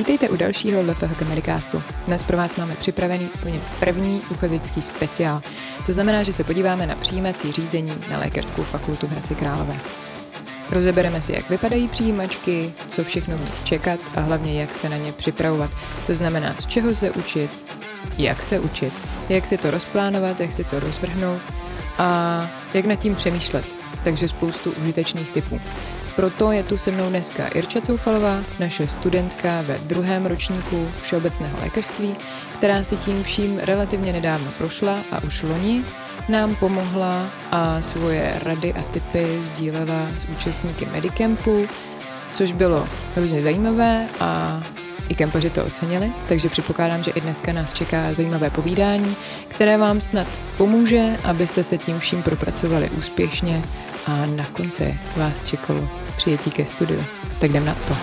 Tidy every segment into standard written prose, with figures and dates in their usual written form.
Vítejte u dalšího LFH Medicastu. Dnes pro vás máme připravený úplně první uchazečský speciál. To znamená, že se podíváme na přijímací řízení na lékařskou fakultu v Hradci Králové. Rozebereme si, jak vypadají přijímačky, co všechno v nich čekat a hlavně jak se na ně připravovat. To znamená, z čeho se učit, jak si to rozplánovat, jak si to rozvrhnout a jak nad tím přemýšlet. Takže spoustu užitečných tipů. Proto je tu se mnou dneska Irča Coufalová, naše studentka ve 2. ročníku všeobecného lékařství, která si tím vším relativně nedávno prošla a už loni nám pomohla a svoje rady a tipy sdílela s účastníky Medicampu, což bylo hrozně zajímavé a i kempaři to ocenili, takže předpokládám, že i dneska nás čeká zajímavé povídání, které vám snad pomůže, abyste se tím vším propracovali úspěšně a na konci vás čekalo přijetí ke studiu. Tak jdem na to.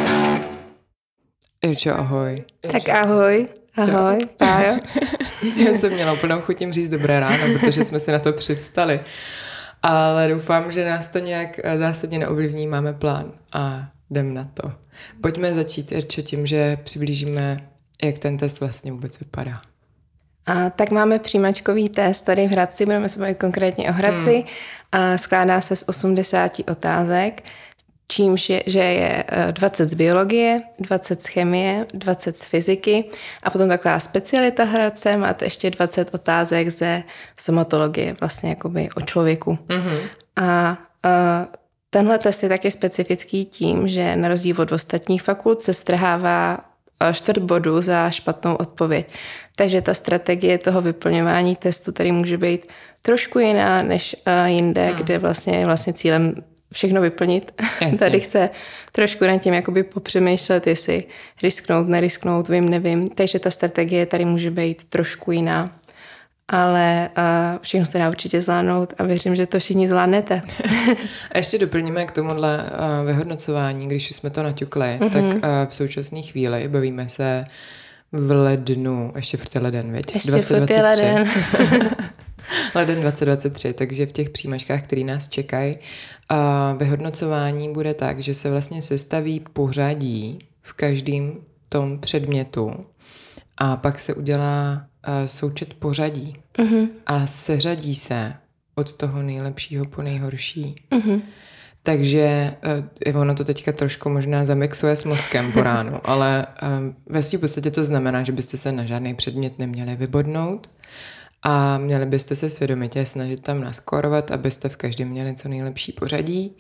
Irčo, ahoj. Tak ahoj. Ahoj, Pájo. Já jsem měla úplnou chutím říct dobré ráno, protože jsme si na to přivstali. Ale doufám, že nás to nějak zásadně neovlivní, máme plán a jdem na to. Pojďme začít, Irčo, tím, že přiblížíme, jak ten test vlastně vůbec vypadá. Tak máme přijímačkový test tady v Hradci, budeme se bavit konkrétně o Hradci. A skládá se z 80 otázek, čímž je 20 z biologie, 20 z chemie, 20 z fyziky a potom taková specialita Hradce, máte ještě 20 otázek ze somatologie, vlastně jakoby o člověku. Mm-hmm. A tenhle test je taky specifický tím, že na rozdíl od ostatních fakult se strhává 4 bodů za špatnou odpověď. Takže ta strategie toho vyplňování testu tady může být trošku jiná než jinde, kde vlastně je vlastně cílem všechno vyplnit. Jasně. Tady chce trošku nad tím jakoby popřemýšlet, jestli risknout, nerisknout, vím, nevím. Takže ta strategie tady může být trošku jiná. Ale všechno se dá určitě zvládnout a věřím, že to všichni zvládnete. A ještě doplníme k tomuhle vyhodnocování, když jsme to naťukli, tak v současné chvíli bavíme se v lednu, ještě furt je leden, věď? Ještě furt je leden. Leden 2023, takže v těch přijímačkách, které nás čekají, vyhodnocování bude tak, že se vlastně sestaví pořadí v každém tom předmětu a pak se udělá součet pořadí a seřadí se od toho nejlepšího po nejhorší. Takže ono to teďka trošku možná zamixuje s mozkem po ránu, ale ve svým podstatě to znamená, že byste se na žádný předmět neměli vybodnout a měli byste se svědomitě snažit tam naskorovat, abyste v každém měli co nejlepší pořadí.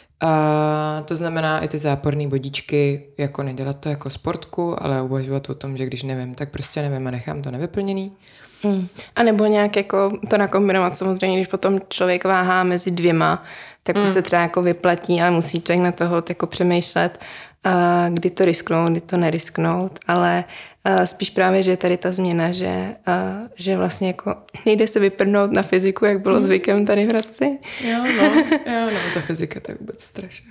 A to znamená i ty záporné bodíčky, jako nedělat to jako sportku, ale uvažovat o tom, že když nevím, tak prostě nevím a nechám to nevyplněný. A nebo nějak jako to nakombinovat samozřejmě, když potom člověk váhá mezi dvěma, tak už se třeba jako vyplatí, ale musí člověk na toho jako přemýšlet, kdy to risknout, kdy to nerisknout, ale spíš právě, že je tady ta změna, že vlastně jako nejde se vyprdnout na fyziku, jak bylo zvykem tady v Hradci. Jo, ta fyzika to je vůbec strašně.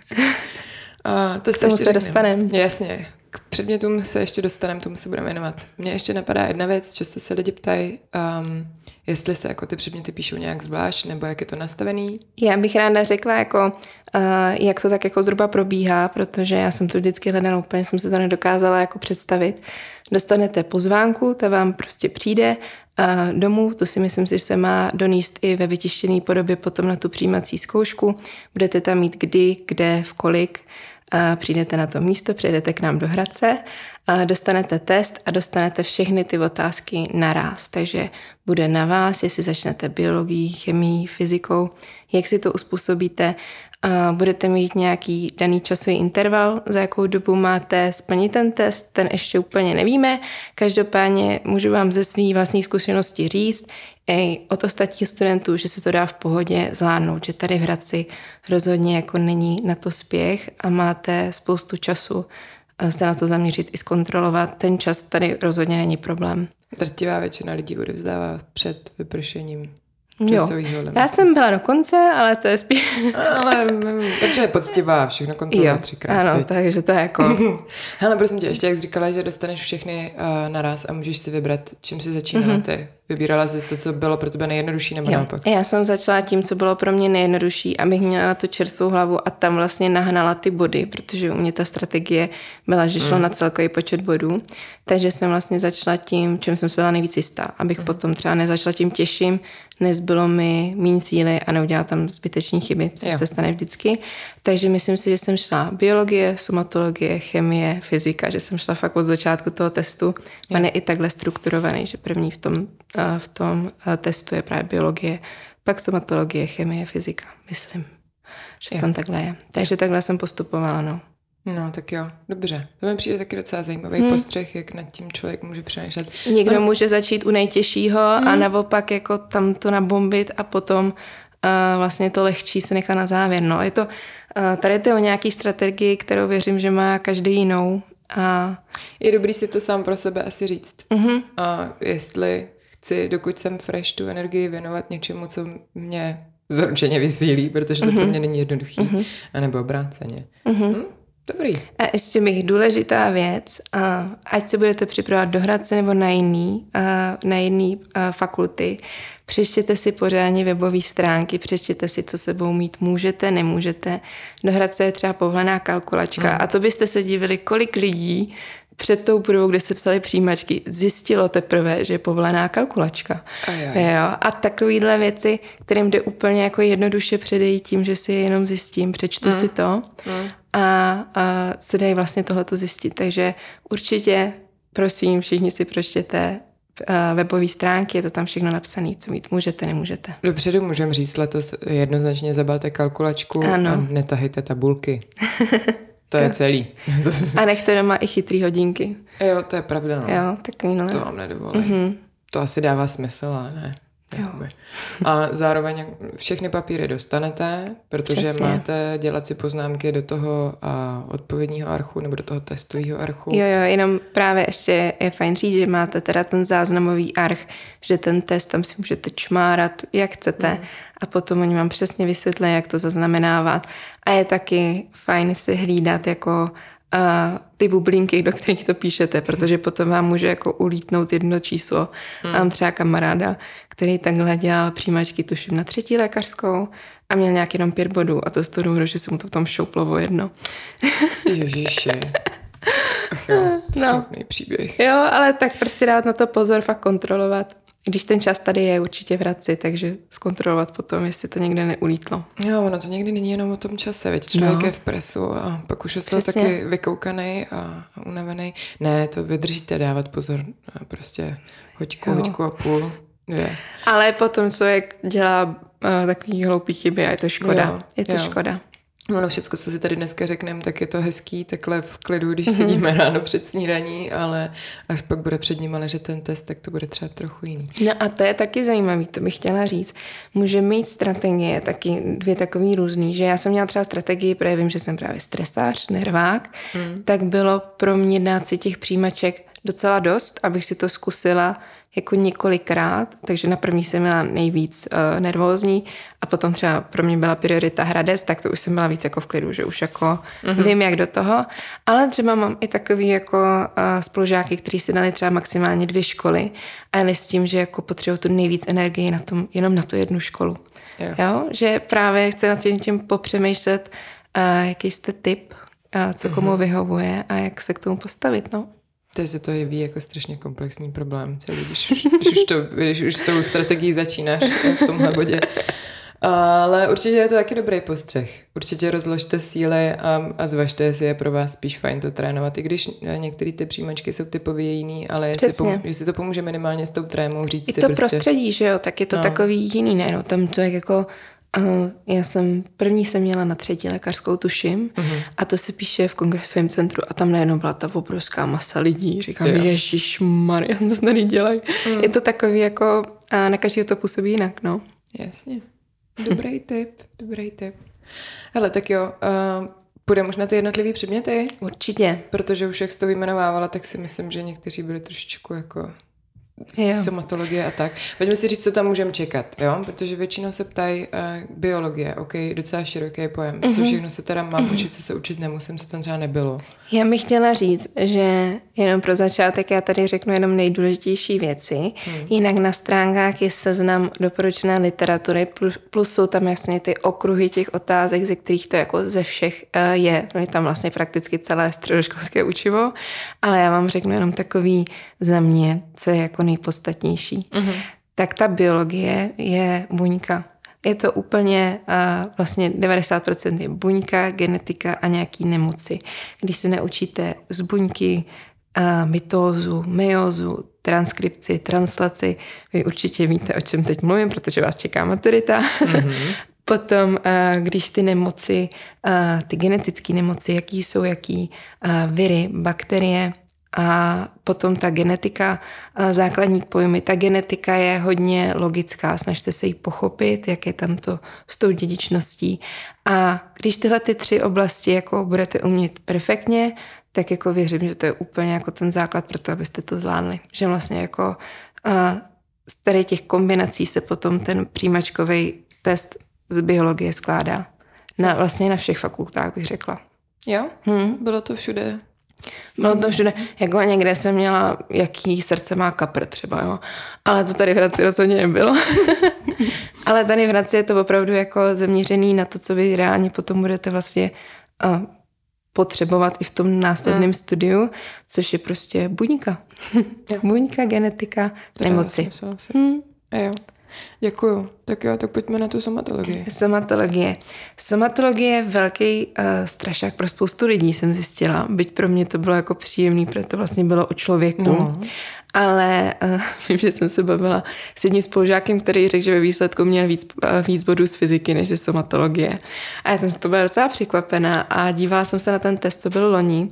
To se dostaneme. Jasně. K předmětům se ještě dostaneme, tomu se budeme věnovat. Mně ještě napadá jedna věc, často se lidi ptají, jestli se jako ty předměty píšou nějak zvlášť, nebo jak je to nastavený. Já bych ráda řekla, jako, jak to tak jako zhruba probíhá, protože já jsem to vždycky hledala, úplně jsem se to nedokázala jako představit. Dostanete pozvánku, ta vám prostě přijde domů, to si myslím si, že se má donést i ve vytištěné podobě potom na tu přijímací zkoušku. Budete tam mít kdy, kde, v kolik. Přijdete na to místo, přijedete k nám do Hradce, dostanete test a dostanete všechny ty otázky naráz. Takže bude na vás, jestli začnete biologií, chemií, fyzikou, jak si to uspůsobíte. Budete mít nějaký daný časový interval, za jakou dobu máte splnit ten test, ten ještě úplně nevíme. Každopádně můžu vám ze svých vlastních zkušeností říct, od ostatních studentů, že se to dá v pohodě zvládnout, že tady v Hradci rozhodně jako není na to spěch a máte spoustu času se na to zaměřit i zkontrolovat. Ten čas tady rozhodně není problém. Drtivá většina lidí odevzdává před vypršením časovýho limitu. Já jsem byla do konce, ale to je spíš... ale takže je poctivá, všechno kontroluje 3krát. Ano, takže to je jako... Hele, prosím tě, ještě jak jsi říkala, že dostaneš všechny naraz a můžeš si vybrat, čím si začínala ty. Vybírala jsi to, co bylo pro tebe nejjednodušší, nebo naopak? Já jsem začala tím, co bylo pro mě nejjednodušší, abych měla na to čerstvou hlavu a tam vlastně nahnala ty body, protože u mě ta strategie byla, že šlo na celkový počet bodů. Takže jsem vlastně začala tím, čím jsem se byla nejvíc jistá, abych potom třeba nezačala tím těžším, nezbylo mi méně síly a neudělala tam zbytečné chyby, což se stane vždycky. Takže myslím si, že jsem šla biologie, somatologie, chemie, fyzika, že jsem šla fakt od začátku toho testu. On je i takhle strukturovaný, že první v tom testu je právě biologie, pak somatologie, chemie, fyzika, myslím, že tam takhle je. Takže takhle jsem postupovala, no. No, tak jo, dobře. To mi přijde taky docela zajímavý postřeh, jak nad tím člověk může přemýšlet. Někdo může začít u nejtěžšího a naopak jako tam to nabombit a potom vlastně to lehčí se nechá na závěr. No, je to, tady to je o nějaký strategii, kterou věřím, že má každý jinou. A je dobrý si to sám pro sebe asi říct. A jestli chci, dokud jsem fresh, tu energii věnovat něčemu, co mě zaručeně vysílí, protože to pro mě není jednoduchý, anebo obráceně. Dobrý. A ještě bych důležitá věc, ať se budete připravovat do Hradce nebo na jiný fakulty, přečtěte si pořádně webové stránky, přečtěte si, co sebou mít můžete, nemůžete. Do Hradce je třeba povolená kalkulačka a to byste se divili, kolik lidí před tou budovou, kde se psaly přijímačky, zjistilo teprve, že je povolená kalkulačka. Jo? A takovýhle věci, kterým jde úplně jako jednoduše předejít tím, že si jenom zjistím, přečtu si to a se dají vlastně tohleto zjistit. Takže určitě, prosím, všichni si pročtěte webové stránky, je to tam všechno napsané, co mít můžete, nemůžete. Dopředu můžeme říct, letos jednoznačně zabalte kalkulačku a netahejte tabulky. To je celý. A nechte doma i chytrý hodinky. Jo, to je pravda. No. Jo, takovýhle. To vám nedovolí. To asi dává smysl, ale ne. A zároveň všechny papíry dostanete, protože máte dělat si poznámky do toho odpovědního archu nebo do toho testového archu. Jo, jenom právě ještě je fajn říct, že máte teda ten záznamový arch, že ten test tam si můžete čmárat, jak chcete a potom oni vám přesně vysvětlí, jak to zaznamenávat. A je taky fajn si hlídat jako ty bublinky, do kterých to píšete, protože potom vám může jako ulítnout jedno číslo. Mám třeba kamaráda, který takhle dělal přijímačky, tuším, na 3. lékařskou a měl nějak jenom 5 bodů a to z toho důvodu, že se mu to tam šouplo o jedno. Ježiši. Smutný příběh. Jo, ale tak prostě dát na to pozor, fakt kontrolovat. Když ten čas tady je určitě v Hradci, takže zkontrolovat potom, jestli to někde neulítlo. Jo, ono to někdy není jenom o tom čase, veď člověk je v presu a pak už je z toho taky vykoukaný a unavený. Ne, to vydržíte dávat pozor, prostě hoďku a půl, 2. Ale potom člověk dělá takový hloupý chyby a je to škoda. Škoda. Ono všecko, co si tady dneska řekneme, tak je to hezký, takhle v klidu, když sedíme ráno před snídaní, ale až pak bude před ním ležet ten test, tak to bude třeba trochu jiný. No a to je taky zajímavý, to bych chtěla říct. Může mít strategie taky 2 takový různý, že já jsem měla třeba strategii, protože vím, že jsem právě stresář, nervák, tak bylo pro mě dát si těch přijímaček docela dost, abych si to zkusila jako několikrát, takže na první jsem byla nejvíc nervózní a potom třeba pro mě byla priorita Hradec, tak to už jsem byla víc jako v klidu, že už jako vím, jak do toho, ale třeba mám i takový jako spolužáky, kteří si dali třeba maximálně 2 školy a jeli s tím, že jako potřebují tu nejvíc energii na tom, jenom na tu jednu školu. Jo? Že právě chce nad tím popřemýšlet, jaký jste typ, co komu vyhovuje a jak se k tomu postavit, no. Teď se to jeví jako strašně komplexní problém celý, když už s tou strategií začínáš v tomhle bodě. Ale určitě je to taky dobrý postřeh. Určitě rozložte síly a zvažte, jestli je pro vás spíš fajn to trénovat. I když některé ty přijímačky jsou typově jiný, ale jestli to pomůže minimálně s tou trémou říct i si to prostě... prostředí, že jo, tak je to takový jiný, ne? No, tam člověk jako... První jsem měla na 3. lékařskou, tuším, a to se píše v kongresovém centru a tam najednou byla ta obrovská masa lidí. Říkám, ježišmarja, co tady dělají. Je to takový jako, na každého to působí jinak, no. Jasně. Dobrý tip. Hele, tak jo, půjdeme už na ty jednotlivý předměty? Určitě. Protože už jak jsi to vyjmenovávala, tak si myslím, že někteří byli trošičku jako... somatologie a tak. Pojďme si říct, co tam můžeme čekat, jo? Protože většinou se ptají biologie, ok, docela široký pojem, co všechno se teda mám učit, co se učit nemusím, co tam třeba nebylo. Já bych chtěla říct, že jenom pro začátek já tady řeknu jenom nejdůležitější věci. Jinak na stránkách je seznam doporučené literatury, plus jsou tam jasně ty okruhy těch otázek, ze kterých to jako ze všech je. Je tam vlastně prakticky celé středoškolské učivo, ale já vám řeknu jenom takový za mě, co je jako nejpodstatnější. Tak ta biologie je buňka. Je to úplně vlastně 90% je buňka, genetika a nějaký nemoci. Když se naučíte z buňky mitózu, meiózu, transkripci, translaci, vy určitě víte, o čem teď mluvím, protože vás čeká maturita. Potom, když ty nemoci, ty genetické nemoci, jaký jsou, viry, bakterie, a potom ta genetika, základní pojmy. Ta genetika je hodně logická, snažte se ji pochopit, jak je tam to s tou dědičností. A když tyhle ty 3 oblasti jako budete umět perfektně, tak jako věřím, že to je úplně jako ten základ pro to, abyste to zvládli. Že vlastně jako z tady těch kombinací se potom ten přijímačkový test z biologie skládá. Vlastně na všech fakultách bych řekla. Jo? Bylo to všude? Bylo to všude, jako někde jsem měla, jaký srdce má kapr třeba, jo. Ale to tady v Hradci rozhodně nebylo. Ale tady v Hradci je to opravdu jako zaměřený na to, co vy reálně potom budete vlastně potřebovat i v tom následném studiu, což je prostě buňka. Buňka, genetika, nemoci. Jo. Děkuju. Tak jo, tak pojďme na tu somatologii. Somatologie je velký strašák pro spoustu lidí, jsem zjistila. Byť pro mě to bylo jako příjemný, protože to vlastně bylo o člověku. No. Ale vím, že jsem se bavila s jedním spolužákem, který řekl, že ve výsledku měl víc bodů z fyziky než ze somatologie. A já jsem se to byla docela překvapená a dívala jsem se na ten test, co byl loni.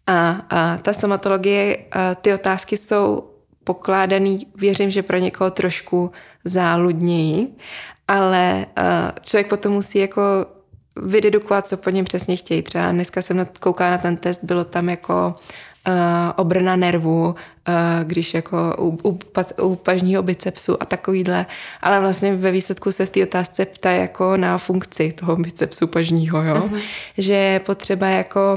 A ta somatologie, ty otázky jsou pokládaný, věřím, že pro někoho trošku záludněji, ale člověk potom musí jako vydedukovat, co po něm přesně chtějí. Třeba dneska jsem koukala na ten test, bylo tam jako obrna nervu, když jako u pažního bicepsu a takovýhle, ale vlastně ve výsledku se v té otázce ptá jako na funkci toho bicepsu pažního, jo? Že je potřeba jako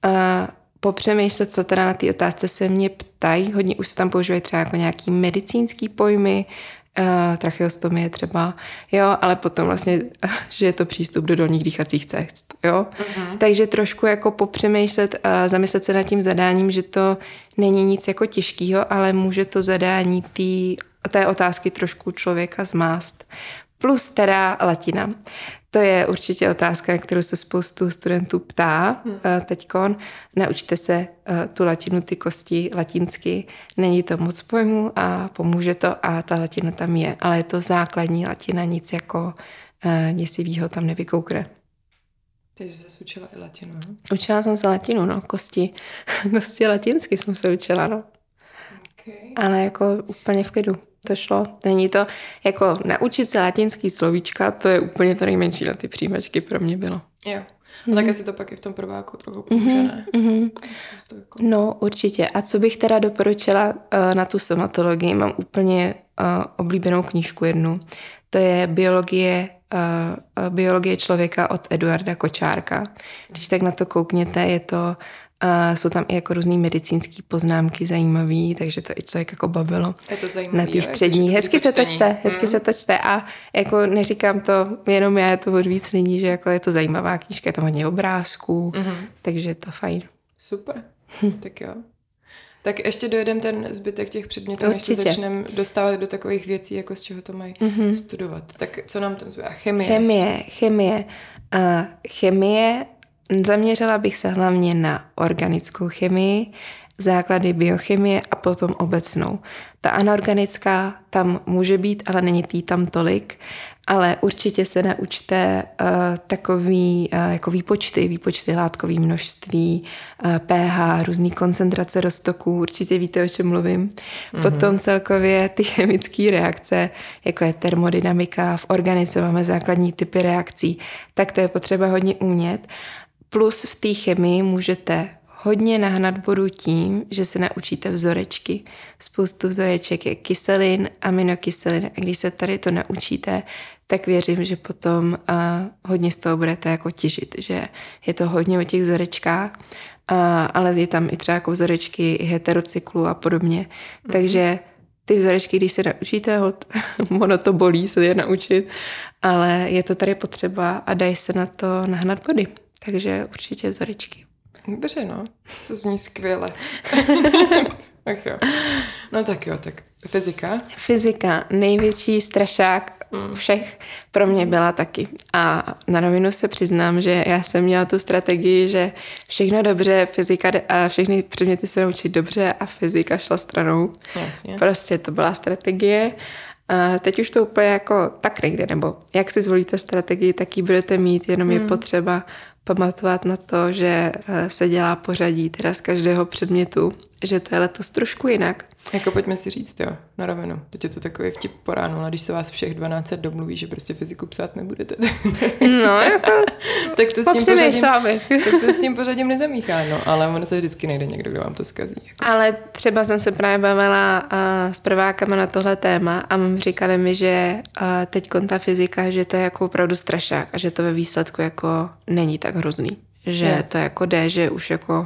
popřemýšlet, co teda na té otázce se mě ptají. Hodně už se tam používají třeba jako nějaký medicínský pojmy, tracheostomie třeba, jo, ale potom vlastně, že je to přístup do dolních dýchacích cest, jo. Takže trošku jako popřemýšlet a zamyslet se nad tím zadáním, že to není nic jako těžkýho, ale může to zadání té otázky trošku člověka zmást. Plus teda latina. To je určitě otázka, na kterou se spoustu studentů ptá teďkon. Naučte se tu latinu, ty kosti latinsky. Není to moc pojmů a pomůže to a ta latina tam je. Ale je to základní latina, nic jako děsivýho tam nevykoukne. Takže jsi učila i latinu, no? Učila jsem se latinu, no. Kosti latinsky jsem se učila, no. Okay. Ale jako úplně v klidu. To šlo. Není to, jako naučit se latinský slovíčka, to je úplně to nejmenší na ty přijímačky pro mě bylo. Jo. Tak asi to pak i v tom prváku trochu pomůže, ne? Jako... No, určitě. A co bych teda doporučila na tu somatologii, mám úplně oblíbenou knížku jednu. To je biologie člověka od Eduarda Kočárka. Když tak na to koukněte, je to jsou tam i jako různý medicínský poznámky zajímavý, takže to i člověk jako bavilo. Je to zajímavý, na ty střední. Hezky se to čte a jako neříkám to jenom já, je to od víc lidí, že jako je to zajímavá knížka, je tam hodně obrázků, takže je to fajn. Super, tak jo. Tak ještě dojedem ten zbytek těch předmětů, než se začneme dostávat do takových věcí, jako z čeho to mají studovat. Tak co nám tam zbývá? Chemie. Zaměřila bych se hlavně na organickou chemii, základy biochemie a potom obecnou. Ta anorganická tam může být, ale není tam tolik, ale určitě se naučte takový jako výpočty látkový množství, pH, různý koncentrace roztoků, určitě víte, o čem mluvím. Potom celkově ty chemické reakce, jako je termodynamika, v organice máme základní typy reakcí, tak to je potřeba hodně umět. Plus v té chemii můžete hodně nahnat bodů tím, že se naučíte vzorečky. Spoustu vzoreček je kyselin, aminokyselin. A když se tady to naučíte, tak věřím, že potom hodně z toho budete jako těžit, že je to hodně o těch vzorečkách. ale je tam i třeba jako vzorečky heterocyklu a podobně. Takže ty vzorečky, když se naučíte, ono to bolí se je naučit, ale je to tady potřeba a dají se na to nahnat body. Takže určitě vzorečky. Dobře, no. To zní skvěle. Tak jo. No tak jo, tak fyzika. Fyzika, největší strašák všech, pro mě byla taky. A na rovinu se přiznám, že já jsem měla tu strategii, že všechno dobře, fyzika a všechny předměty se naučit dobře a fyzika šla stranou. Jasně. Prostě to byla strategie. A teď už to úplně jako tak nejde, nebo jak si zvolíte strategii, tak ji budete mít, jenom je potřeba pamatovat na to, že se dělá pořadí teda z každého předmětu, že to je letos trošku jinak. Jako pojďme si říct, jo, na rovinu. Teď je to takový vtip po ránu, ale když se vás všech 12 domluví, že prostě fyziku psát nebudete. No, jako tak to se s tím pořadím nezamíchá, no, ale ono se vždycky najde někdo, kdo vám to zkazí. Jako. Ale třeba jsem se právě bavila s prvákama na tohle téma a říkali mi, že teď ta fyzika, že to je jako opravdu strašák a že to ve výsledku jako není tak hrozný. Že to jako jde, že už jako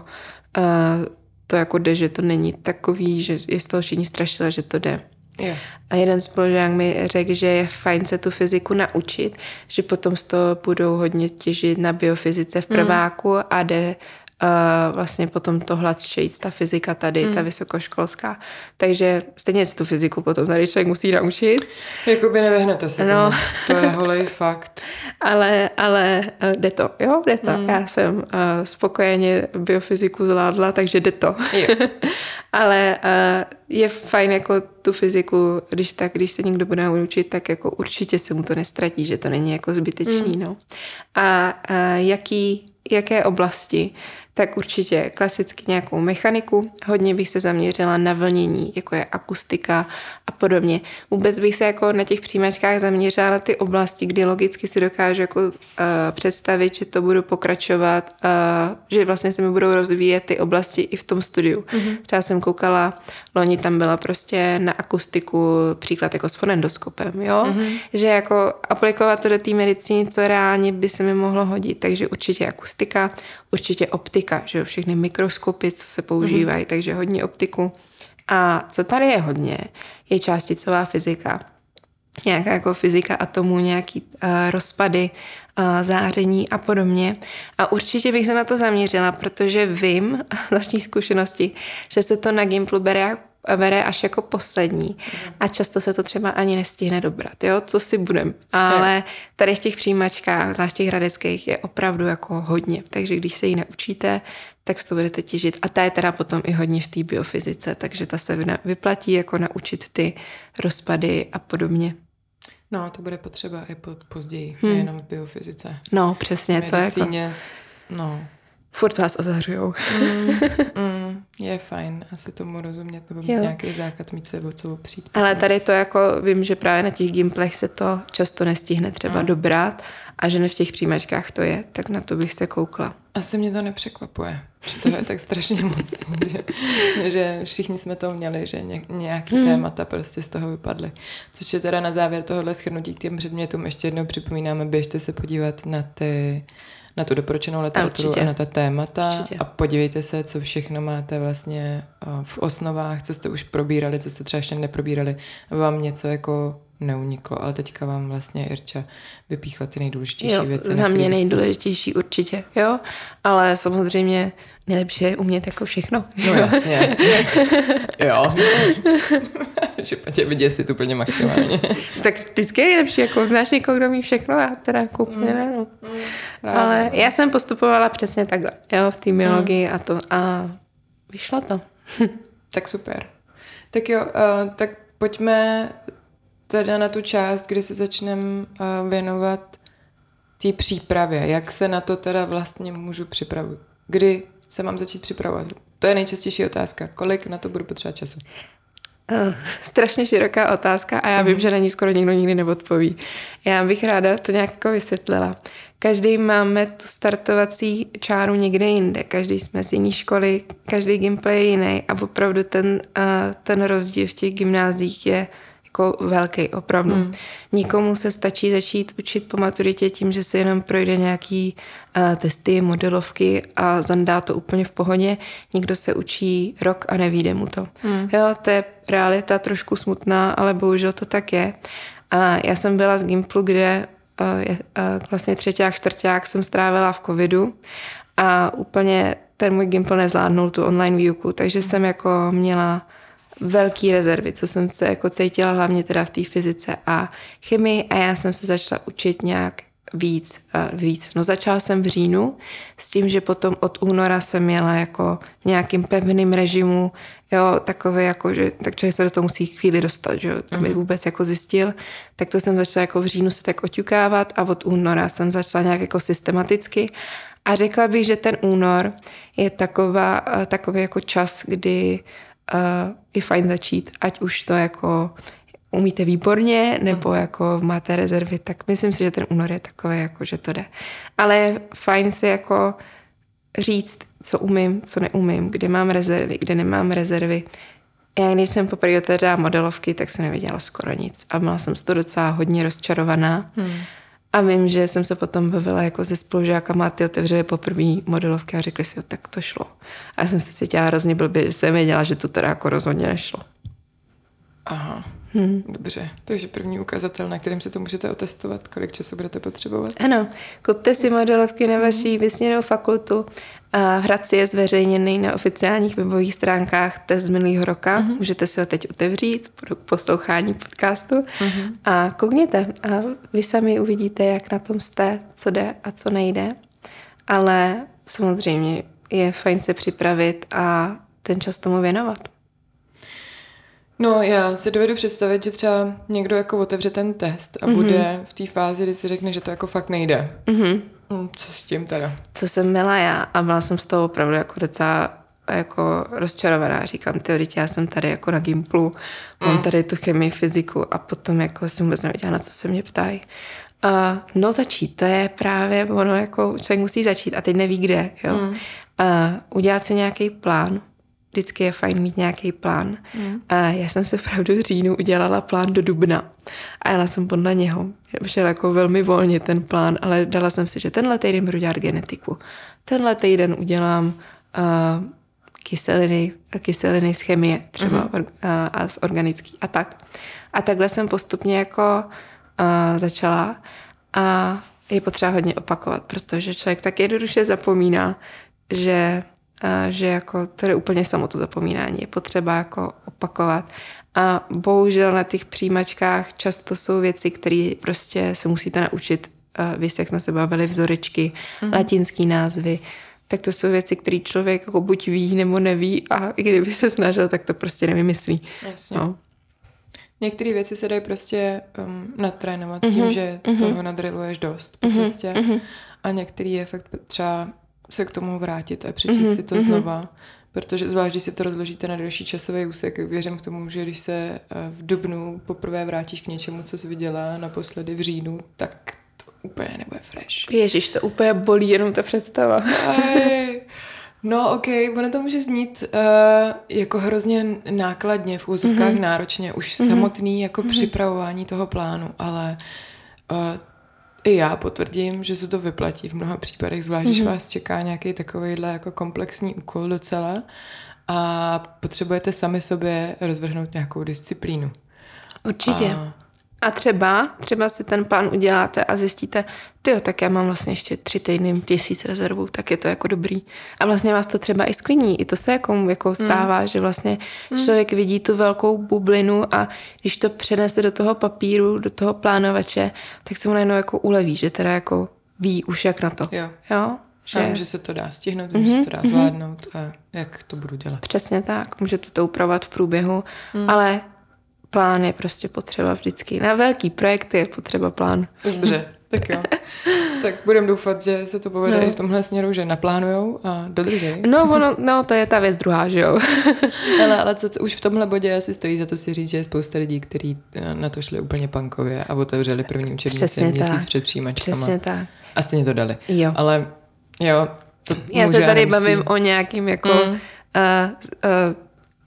to jako jde, že to není takový, že je z toho všichni strašila, že to jde. Yeah. A jeden spolužák mi řekl, že je fajn se tu fyziku naučit, že potom z toho budou hodně těžit na biofyzice v prváku a jde vlastně potom to hladčejc, ta fyzika tady, ta vysokoškolská. Takže stejně si tu fyziku potom tady člověk musí naučit. Jakoby nevyhnete se tomu. To je holej fakt. Ale jde to, jo, jde to. Já jsem spokojeně biofyziku zvládla, takže jde to. Ale je fajn jako tu fyziku, když se někdo bude naučit, tak jako určitě se mu to nestratí, že to není jako zbytečný. No. A jaké oblasti? Tak určitě klasicky nějakou mechaniku. Hodně bych se zaměřila na vlnění, jako je akustika a podobně. Vůbec bych se jako na těch přijímačkách zaměřila na ty oblasti, kdy logicky si dokážu jako představit, že to budu pokračovat, že vlastně se mi budou rozvíjet ty oblasti i v tom studiu. Třeba jsem koukala, loni tam byla prostě na akustiku příklad jako s fonendoskopem, jo? Že jako aplikovat to do té medicíny, co reálně by se mi mohlo hodit. Takže určitě akustika, určitě optika, že jo, všechny mikroskopy, co se používají, takže hodně optiku. A co tady je hodně, je částicová fyzika. Nějaká jako fyzika atomů, nějaký rozpady, záření a podobně. A určitě bych se na to zaměřila, protože vím z naší zkušenosti, že se to na Gimplu bere až jako poslední a často se to třeba ani nestihne dobrat, jo, co si budem. Ale tady v těch přijímačkách, zvlášť těch hradeckých, je opravdu jako hodně, takže když se ji naučíte, tak z toho budete těžit. A ta je teda potom i hodně v té biofyzice, takže ta se vyplatí jako naučit ty rozpady a podobně. No, to bude potřeba i později, nejenom v biofyzice. No, přesně, to je jako... No. Furt vás ozařujou. Je fajn asi tomu rozumět, nebo mít nějaký základ, mít se o co opřít. Ale tady to jako vím, že právě na těch gimplech se to často nestihne třeba dobrat a že v těch přijímačkách to je, tak na to bych se koukla. Asi mě to nepřekvapuje, že to je tak strašně moc, že všichni jsme to měli, že nějaký témata prostě z toho vypadly. Což je teda na závěr tohohle shrnutí k těm předmětům ještě jednou připomínáme, běžte se podívat na tu doporučenou literaturu a na ta témata. Určitě. A podívejte se, co všechno máte vlastně v osnovách, co jste už probírali, co jste třeba ještě neprobírali, vám něco jako neuniklo, ale teďka vám vlastně Irča vypíchla ty nejdůležitější věci. Za mě nejdůležitější určitě, jo, ale samozřejmě nejlepší je umět jako všechno. No jasně. Jo. Že tě vyděsit úplně maximálně. Tak vždycky je nejlepší, jako znáš někoho, kdo mí všechno a teda jako úplně ne. Ale já jsem postupovala přesně takhle, jo, v té biologii a vyšlo to. Tak super. Tak jo, tak pojďme teda na tu část, kdy se začneme věnovat té přípravě. Jak se na to teda vlastně můžu připravit? Kdy se mám začít připravovat? To je nejčastější otázka. Kolik na to budu potřebovat času? Strašně široká otázka a já vím, že na ní skoro nikdo nikdy neodpoví. Já bych ráda to nějak jako vysvětlila. Každý máme tu startovací čáru někde jinde. Každý jsme z jiné školy, každý gameplay je jiný a opravdu ten rozdíl v těch gymnáziích je jako velký, opravdu. Nikomu se stačí začít učit po maturitě tím, že se jenom projde nějaký testy, modelovky a zandá to úplně v pohodě. Nikdo se učí rok a nevíde mu to. Jo, to je realita trošku smutná, ale bohužel to tak je. A já jsem byla z Gimplu, kde vlastně 3., 4. jsem strávila v covidu a úplně ten můj Gimpl nezvládnul tu online výuku, takže jsem jako měla velký rezervy, co jsem se jako cítila hlavně teda v té fyzice a chemii a já jsem se začala učit nějak víc. No začala jsem v říjnu s tím, že potom od února jsem měla jako nějakým pevným režimu, jo, takové jako, že tak člověk se do toho musí chvíli dostat, že jo, aby vůbec jako zjistil, tak to jsem začala jako v říjnu se tak oťukávat a od února jsem začala nějak jako systematicky a řekla bych, že ten únor je takový jako čas, kdy je fajn začít, ať už to jako umíte výborně, nebo jako máte rezervy, tak myslím si, že ten únor je takový, jako že to jde. Ale je fajn si jako říct, co umím, co neumím, kde mám rezervy, kde nemám rezervy. Já když jsem poprvé otevřela modelovky, tak jsem nevěděla skoro nic. A byla jsem z toho docela hodně rozčarovaná. A vím, že jsem se potom bavila jako se spolužákama a ty otevřeli poprvé modelovky a řekli si, jo, tak to šlo. A já jsem se cítila hrozně blbě, že jsem věděla, že to teda jako rozhodně nešlo. Aha, dobře. Takže první ukazatel, na kterém se to můžete otestovat, kolik času budete potřebovat? Ano, kupte si modelovky na vaší vysněnou fakultu. V Hradci je zveřejněný na oficiálních webových stránkách test z minulého roka. Můžete si ho teď otevřít pro poslouchání podcastu a koukněte. A vy sami uvidíte, jak na tom jste, co jde a co nejde. Ale samozřejmě je fajn se připravit a ten čas tomu věnovat. No, já si dovedu představit, že třeba někdo jako otevře ten test a bude v té fázi, kdy si řekne, že to jako fakt nejde. Co s tím teda? Co jsem měla já a byla jsem z toho opravdu jako docela jako rozčarovaná. Říkám, teď já jsem tady jako na Gimplu, mám tady tu chemii, fyziku a potom jako jsem vůbec nevěděla, na co se mě ptají. No začít, to je právě ono, jako člověk musí začít a teď neví kde, jo. Udělat si nějaký plán. Vždycky je fajn mít nějaký plán. Já jsem si opravdu v říjnu udělala plán do dubna a jela jsem podle něho. Šel jako velmi volně ten plán, ale dala jsem si, že tenhle týden budu dělat genetiku. Tenhle týden udělám kyseliny z chemie třeba a z organický a tak. A takhle jsem postupně jako začala a je potřeba hodně opakovat, protože člověk tak jednoduše zapomíná, že jako to je úplně samo to zapomínání. Je potřeba jako opakovat. A bohužel na těch přijímačkách často jsou věci, které prostě se musíte naučit. Víš, jak jsme se bavili, vzorečky, latinský názvy. Tak to jsou věci, které člověk jako buď ví, nebo neví a i kdyby se snažil, tak to prostě nevymyslí. Jasně. No. Některé věci se dají prostě natrénovat tím, že toho nadriluješ dost po cestě. A některé je fakt třeba se k tomu vrátit a přečíst si to znova, protože zvlášť, když si to rozložíte na delší časový úsek, věřím k tomu, že když se v dubnu poprvé vrátíš k něčemu, co jsi viděla naposledy v říjnu, tak to úplně nebude fresh. Ježiš, to úplně bolí, jenom ta představa. No ono to může znít jako hrozně nákladně, v úzovkách náročně, už samotný jako připravování toho plánu, ale i já potvrdím, že se to vyplatí v mnoha případech, zvlášť když vás čeká nějaký takovejhle jako komplexní úkol docela a potřebujete sami sobě rozvrhnout nějakou disciplínu. Určitě. A třeba si ten plán uděláte a zjistíte, tyjo, tak já mám vlastně ještě 3 týdny 1000 rezervů, tak je to jako dobrý. A vlastně vás to třeba i sklidní. I to se jako stává, že vlastně člověk vidí tu velkou bublinu a když to přenese do toho papíru, do toho plánovače, tak se mu najednou jako uleví, že teda jako ví už jak na to. Jo? Že se to dá stihnout, že se to dá zvládnout a jak to budu dělat. Přesně tak, můžete to upravovat v průběhu, ale plán je prostě potřeba vždycky. Na velký projekt je potřeba plán. Dobře, tak jo. Tak budeme doufat, že se to povede i v tomhle směru, že naplánujou a dodržej. No, to je ta věc druhá, že jo. ale už v tomhle bodě asi stojí za to si říct, že je spousta lidí, kteří na to šli úplně punkově a otevřeli první učebnici měsíc před přijímačkama. Přesně tak. A stejně to dali. Jo. Ale jo, to já se tady bavím o nějakým jako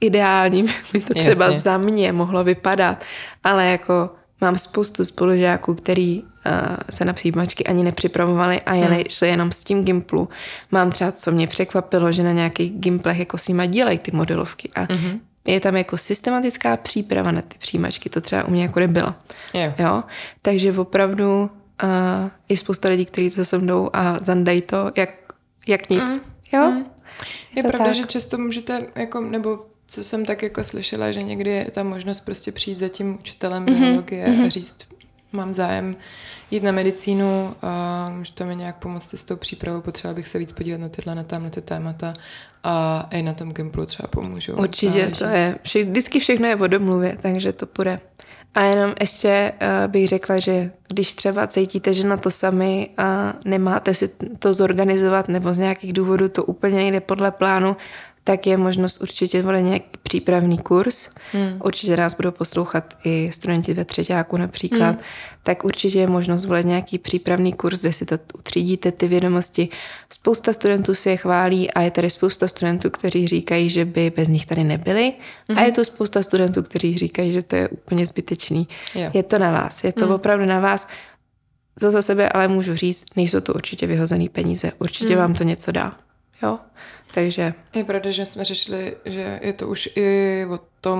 ideálním, by to třeba za mě mohlo vypadat, ale jako mám spoustu spolužáků, který se na přijímačky ani nepřipravovali a šli jenom s tím Gimplu. Mám třeba, co mě překvapilo, že na nějakých Gimplech jako s nima dělají ty modelovky a je tam jako systematická příprava na ty přijímačky. To třeba u mě jako nebylo. Jo? Takže opravdu je spousta lidí, kteří se sem jdou a zandají to jak nic. Jo? Je pravda, že často můžete, jako, nebo co jsem tak jako slyšela, že někdy je ta možnost prostě přijít za tím učitelem biologie a říct, mám zájem jít na medicínu a můžete mi nějak pomoct s tou přípravou, potřebovala bych se víc podívat na ty témata a i na tom Gimplu třeba pomůžu. Určitě, to je, vždycky všechno je o domluvě, takže to půjde. A jenom ještě bych řekla, že když třeba cítíte, že na to sami a nemáte si to zorganizovat nebo z nějakých důvodů to úplně nejde podle plánu, tak je možnost určitě volit nějaký přípravný kurz. Určitě nás budou poslouchat i studenti ve třeťáku například. Tak určitě je možnost volit nějaký přípravný kurz, kde si to utřídíte, ty vědomosti. Spousta studentů si je chválí a je tady spousta studentů, kteří říkají, že by bez nich tady nebyli. A je tu spousta studentů, kteří říkají, že to je úplně zbytečný. Jo. Je to na vás. Je to opravdu na vás. Co za sebe ale můžu říct, nejsou to určitě vyhozený peníze. Určitě vám to něco dá. Jo? Takže... Je pravda, že jsme řešili, že je to už i o tom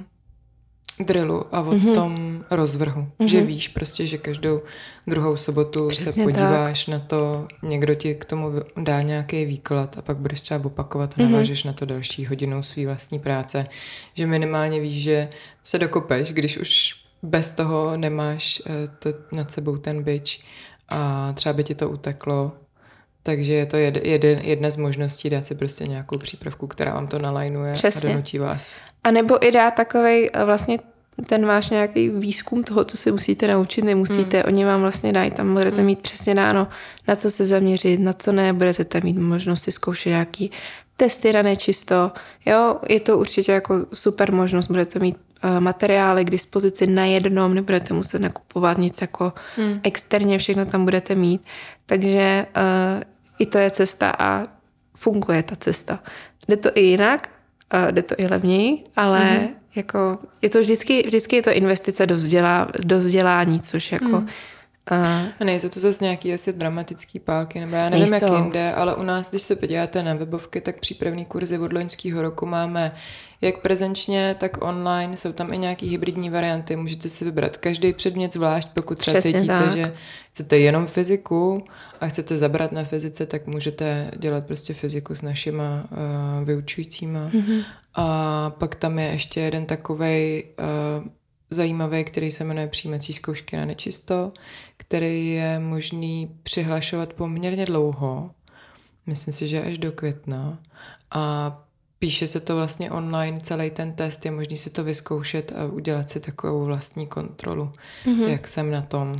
drillu a o tom rozvrhu. Že víš prostě, že každou druhou sobotu přesně se podíváš tak na to, někdo ti k tomu dá nějaký výklad a pak budeš třeba opakovat a navážeš na to další hodinou svý vlastní práce. Že minimálně víš, že se dokopeš, když už bez toho nemáš nad sebou ten bič a třeba by ti to uteklo. Takže je to jedna z možností dát si prostě nějakou přípravku, která vám to nalajnuje a donutí vás. A nebo i dát takovej vlastně ten váš nějaký výzkum toho, co se musíte naučit, nemusíte. Oni vám vlastně dají, tam budete mít přesně dáno, na co se zaměřit, na co ne, budete tam mít možnost si zkoušet nějaký testy na nečisto. Jo, je to určitě jako super možnost, budete mít materiály k dispozici na jednom, nebudete muset nakupovat nic jako externě, všechno tam budete mít. Takže i to je cesta a funguje ta cesta. Jde to i jinak, jde to i levněji, ale jako je to vždycky je to investice do vzdělání, což jako... A nejsou to zase nějaký asi dramatický pálky, nebo já nevím, jak jinde, ale u nás, když se podíváte na webovky, tak přípravný kurzy od loňského roku máme jak prezenčně, tak online, jsou tam i nějaký hybridní varianty, můžete si vybrat každý předmět zvlášť, pokud třeba cítíte, že chcete jenom fyziku a chcete zabrat na fyzice, tak můžete dělat prostě fyziku s našima vyučujícíma. A pak tam je ještě jeden takovej zajímavý, který se jmenuje přijímací zkoušky na nečisto, který je možný přihlašovat poměrně dlouho, myslím si, že až do května, a píše se to vlastně online, celý ten test, je možný si to vyzkoušet a udělat si takovou vlastní kontrolu, jak jsem na tom.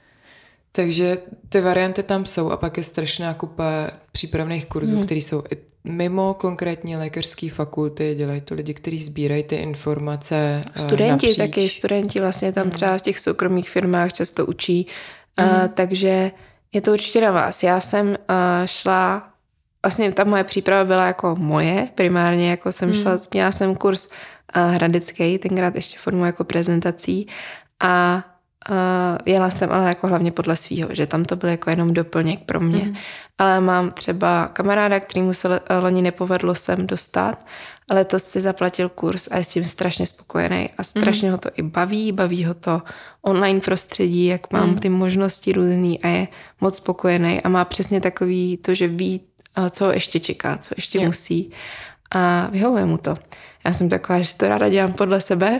Takže ty varianty tam jsou a pak je strašná kupa přípravných kurzů, které jsou i mimo konkrétní lékařské fakulty, dělají to lidi, kteří sbírají ty informace napříč. Studenti vlastně tam třeba v těch soukromých firmách často učí, takže je to určitě na vás. Já jsem šla, vlastně ta moje příprava byla jako moje, primárně jako jsem šla, měla jsem kurz hradecký, tenkrát ještě formou jako prezentací a jela jsem ale jako hlavně podle svýho, že tam to byl jako jenom doplněk pro mě. Ale mám třeba kamaráda, kterýmu se loni nepovedlo sem dostat, ale to si zaplatil kurz a je s tím strašně spokojený a strašně ho to i baví ho to online prostředí, jak mám ty možnosti různý a je moc spokojený a má přesně takový to, že ví, co ještě čeká, co ještě musí a vyhovuje mu to. Já jsem taková, že to ráda dělám podle sebe,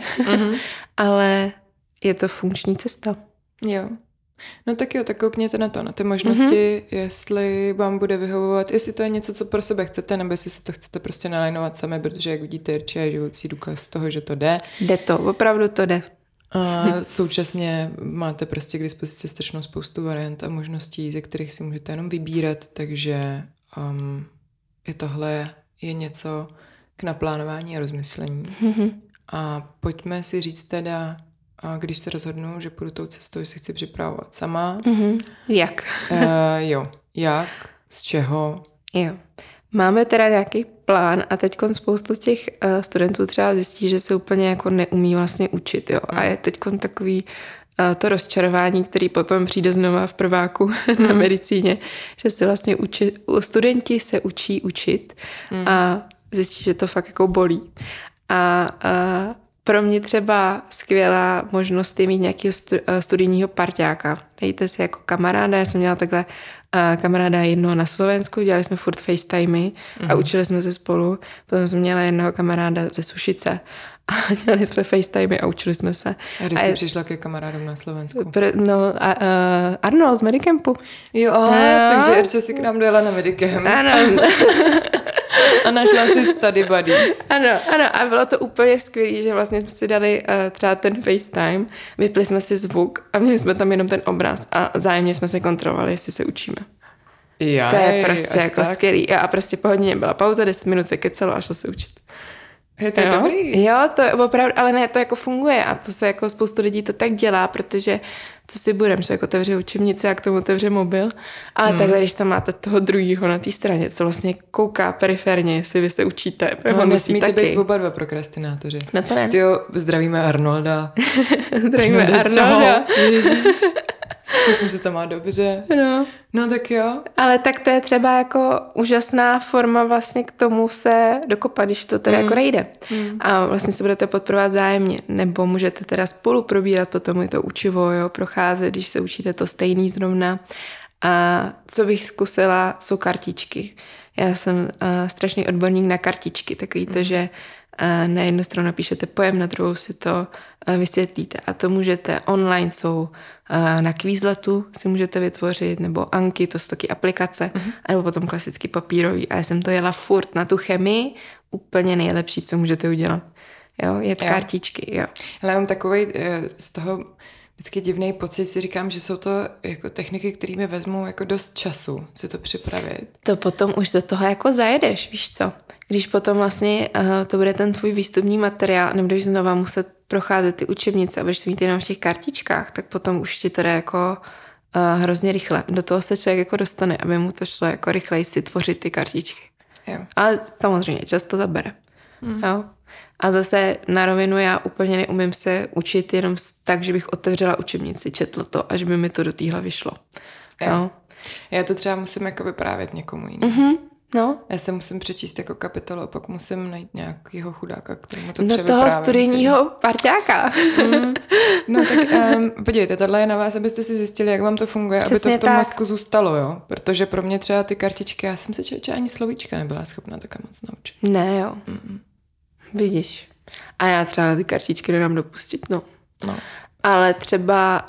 ale je to funkční cesta. Jo. No tak jo, tak koukněte na to, na ty možnosti, jestli vám bude vyhovovat, jestli to je něco, co pro sebe chcete, nebo jestli si to chcete prostě nalajnovat sami, protože jak vidíte, Jirče je živoucí důkaz toho, že to jde. Jde to, opravdu to jde. A současně máte prostě k dispozici strašnou spoustu variant a možností, ze kterých si můžete jenom vybírat, takže tohle je něco k naplánování a rozmyslení. A pojďme si říct teda, a když se rozhodnu, že půjdu tou cestou, že si chci připravovat sama. Jak? Jak? Z čeho? Jo. Máme teda nějaký plán a teď spoustu těch studentů třeba zjistí, že se úplně jako neumí vlastně učit, jo. A je teď takový to rozčarování, který potom přijde znova v prváku na medicíně, že se vlastně studenti se učí učit a zjistí, že to fakt jako bolí. A pro mě třeba skvělá možnost je mít nějakého studijního parťáka. Dejte si jako kamaráda, já jsem měla takhle kamaráda jednoho na Slovensku, dělali jsme furt FaceTimey a učili jsme se spolu. Potom jsem měla jednoho kamaráda ze Sušice a dělali jsme FaceTimey a učili jsme se. A když jsi přišla ke kamarádům na Slovensku? Arnold z Medicampu. Jo, takže Erča si k nám dojela na Medicamp. Ano. A našla si study buddies. Ano, a bylo to úplně skvělé, že vlastně jsme si dali třeba ten FaceTime, vypli jsme si zvuk a měli jsme tam jenom ten obraz a zájemně jsme se kontrolovali, jestli se učíme. Jaj, to je prostě jako tak skvělý. A prostě po hodině byla pauza, 10 minut se kecelo a šlo se učit. Je to dobrý. Jo, to je opravdu, ale ne, to jako funguje a to se jako spoustu lidí to tak dělá, protože co si budem, člověk otevře učebnice a k tomu otevře mobil, ale takhle, když tam máte toho druhýho na té straně, co vlastně kouká periferně, jestli vy se učíte. No nesmíte být oba dva prokrastinátoři. No to ne. Tyjo, zdravíme Arnolda. Zdravíme Arnolda. Ježíš. Myslím, že to má dobře. No tak jo. Ale tak to je třeba jako úžasná forma vlastně k tomu se dokopat, když to teda jako nejde. A vlastně se budete podporovat vzájemně. Nebo můžete teda spolu probírat potom i to učivo, jo, procházet, když se učíte to stejný zrovna. A co bych zkusila, jsou kartičky. Já jsem strašný odborník na kartičky. Takový to, že na jednu stranu napíšete pojem, na druhou si to vysvětlíte. A to můžete, online jsou na Quizletu si můžete vytvořit, nebo Anki, to jsou taky aplikace, nebo potom klasicky papírový. A já jsem to jela furt na tu chemii, úplně nejlepší, co můžete udělat. Jo, kartičky, jo. Ale já mám takovej z toho vždycky divný pocit, si říkám, že jsou to jako techniky, které mi vezmou jako dost času si to připravit. To potom už do toho jako zajedeš, víš co? Když potom vlastně to bude ten tvůj výstupní materiál, nebudeš znova muset procházet ty učebnice a budeš mít jenom v těch kartičkách, tak potom už ti to jde jako hrozně rychle. Do toho se člověk jako dostane, aby mu to šlo jako rychleji si tvořit ty kartičky. Jo. Ale samozřejmě čas to zabere. Jo. A zase na rovinu já úplně neumím se učit jenom tak, že bych otevřela učebnici, četla to, až by mi to do té hlavy šlo. Jo. Já to třeba musím jako vyprávět někomu jinému. No. Já se musím přečíst jako kapitolu a pak musím najít nějakého chudáka, kterému to převyprávím. Do toho studijního parťáka. No tak podívejte, tohle je na vás, abyste si zjistili, jak vám to funguje, přesně, aby to v tom mozku zůstalo, jo? Protože pro mě třeba ty kartičky, já jsem se člověče ani slovíčka nebyla schopná tak moc naučit. Ne, jo. Vidíš. A já třeba na ty kartičky nedám dopustit, no. Ale třeba,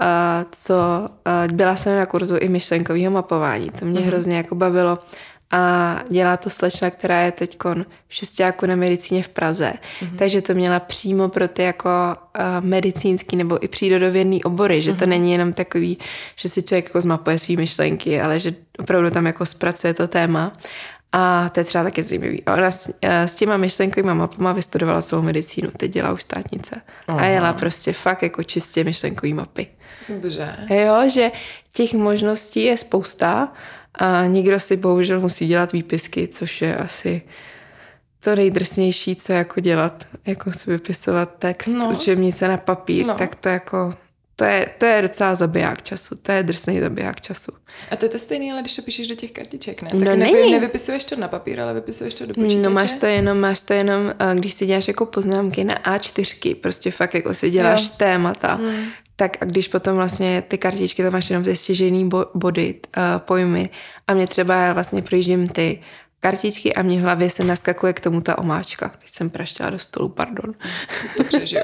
byla jsem na kurzu i myšlenkového mapování, to mě hrozně jako bavilo. A dělá to slečna, která je teďkon v šestáku na medicíně v Praze. Takže to měla přímo pro ty jako medicínský nebo i přírodovědný obory, že to není jenom takový, že si člověk jako zmapuje svý myšlenky, ale že opravdu tam jako zpracuje to téma. A to je třeba taky zajímavý. Ona s těma myšlenkovýma mapama vystudovala celou medicínu, teď dělá už státnice. A jela prostě fakt jako čistě myšlenkový mapy. Dobře. Jo, že těch možností je spousta. A někdo si bohužel musí dělat výpisky, což je asi to nejdrsnější, co jako dělat. Jako si vypisovat text, učebnice na papír, tak to jako, to je docela zabiják času. To je drsný zabiják času. A to je to stejný, ale když to píšeš do těch kartiček, ne? Tak nevypisuješ to na papír, ale vypisuješ to do počítače? No máš to jenom, když si děláš jako poznámky na A4, prostě fakt jako si děláš témata. Tak a když potom vlastně ty kartičky, tam máš jenom ty stěžejný body, pojmy a mě třeba já vlastně projíždím ty kartičky a mě v hlavě se naskakuje k tomu ta omáčka. Teď jsem praštěla do stolu, pardon. To přežiju.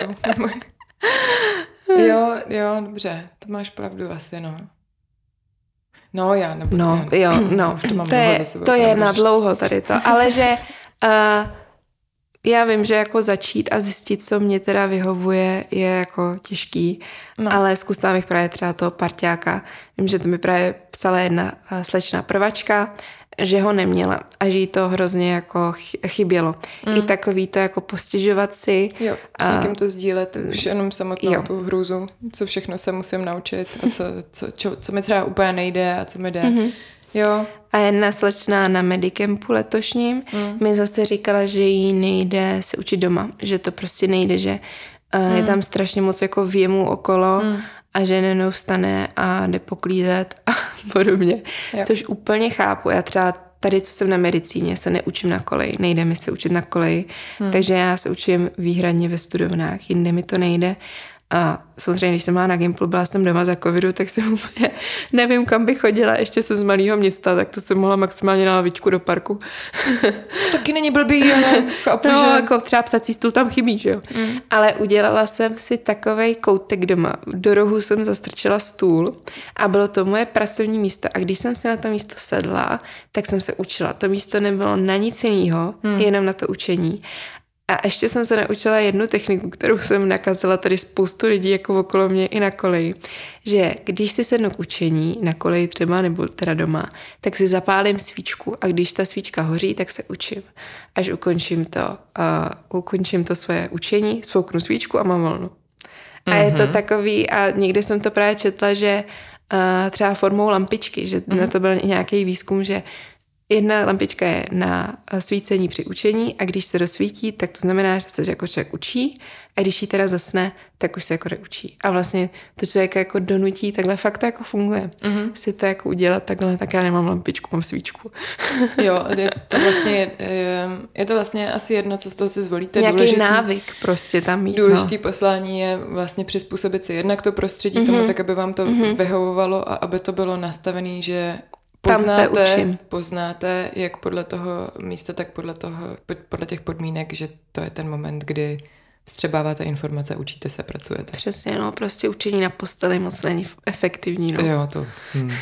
Jo, dobře, to máš pravdu asi, no. No, já nebudu. Už to mám dlouho za sebou. To je na dlouho tady to, ale že já vím, že jako začít a zjistit, co mě teda vyhovuje, je jako těžký, ale zkusila bych právě třeba toho parťáka. Vím, že to mi právě psala jedna slečna prvačka, že ho neměla a že jí to hrozně jako chybělo. I takový to jako postěžovat si. Jo, s někým to sdílet, už jenom samotnou tu hrůzu, co všechno se musím naučit a co mi třeba úplně nejde a co mi jde. Jo. A jedna slečna na Medicampu letošním mi zase říkala, že jí nejde se učit doma, že to prostě nejde, že je tam strašně moc jako věmů okolo a že neustane a jde poklízet a podobně. Jo. Což úplně chápu. Já třeba tady, co jsem na medicíně, se neučím na koleji. Nejde mi se učit na koleji, takže já se učím výhradně ve studovnách. Jinde mi to nejde. A samozřejmě, když jsem byla na Gimplu, byla jsem doma za covidu, tak jsem úplně nevím, kam bych chodila. Ještě jsem z malého města, tak to jsem mohla maximálně na lavičku do parku. Taky není blbý, ale chápu, no, že... jako třeba psací stůl tam chybí, že jo. Ale udělala jsem si takovej koutek doma. Do rohu jsem zastrčila stůl a bylo to moje pracovní místo. A když jsem si na to místo sedla, tak jsem se učila. To místo nebylo na nic jiného, jenom na to učení. A ještě jsem se naučila jednu techniku, kterou jsem nakazila tady spoustu lidí jako okolo mě i na koleji, že když si sednu k učení na koleji třeba nebo teda doma, tak si zapálím svíčku a když ta svíčka hoří, tak se učím. Až ukončím to svoje učení, svouknu svíčku a mám volno. A je to takový, a někde jsem to právě četla, že třeba formou lampičky, že na to byl nějaký výzkum, že jedna lampička je na svícení při učení a když se rozsvítí, tak to znamená, že se jako člověk učí a když jí teda zasne, tak už se jako neučí. A vlastně to člověka jako donutí, takhle fakt to jako funguje. Si to jako udělat takhle, tak já nemám lampičku, mám svíčku. Jo, je to vlastně asi jedno, co z toho si zvolíte. Nějaký návyk prostě tam mít. Důležitý poslání je vlastně přizpůsobit si jednak to prostředí tomu, tak aby vám to vyhovovalo a aby to bylo nastavené, že poznáte, jak podle toho místa, tak podle těch podmínek, že to je ten moment, kdy vstřebáváte informace, učíte se, pracujete. Přesně, no, prostě učení na posteli moc není efektivní, no. Jo, to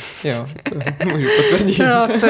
můžu potvrdit. No, to...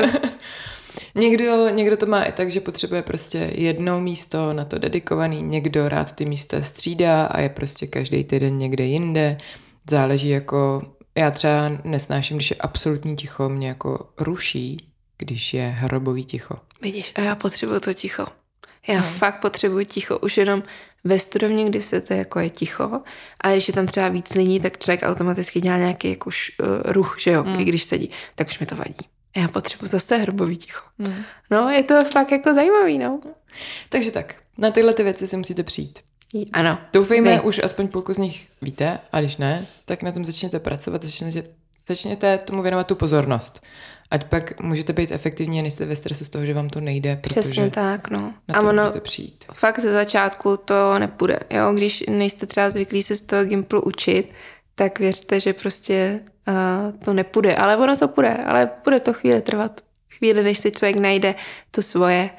Někdo to má i tak, že potřebuje prostě jedno místo na to dedikovaný, někdo rád ty místa střídá a je prostě každý týden někde jinde. Záleží jako... Já třeba nesnáším, když je absolutní ticho, mě jako ruší, když je hrobový ticho. Vidíš, a já potřebuju to ticho. Já fakt potřebuju ticho. Už jenom ve studovně, kdy se to jako je ticho, a když je tam třeba víc lidí, tak člověk automaticky dělá nějaký jako ruch, že jo, i když sedí, tak už mi to vadí. A já potřebuji zase hrobový ticho. No, je to fakt jako zajímavý, no. Takže tak, na tyhle ty věci si musíte přijít. Ano. Doufejme, už aspoň půlku z nich víte, a když ne, tak na tom začněte pracovat, začněte tomu věnovat tu pozornost. Ať pak můžete být efektivní a nejste ve stresu z toho, že vám to nejde, protože přesně tak, no. Na to můžete přijít. Fakt ze začátku to nepůjde. Jo? Když nejste třeba zvyklí se z toho Gimplu učit, tak věřte, že prostě to nepůjde. Ale ono to půjde, ale bude to chvíli trvat. Chvíli, než si člověk najde to svoje,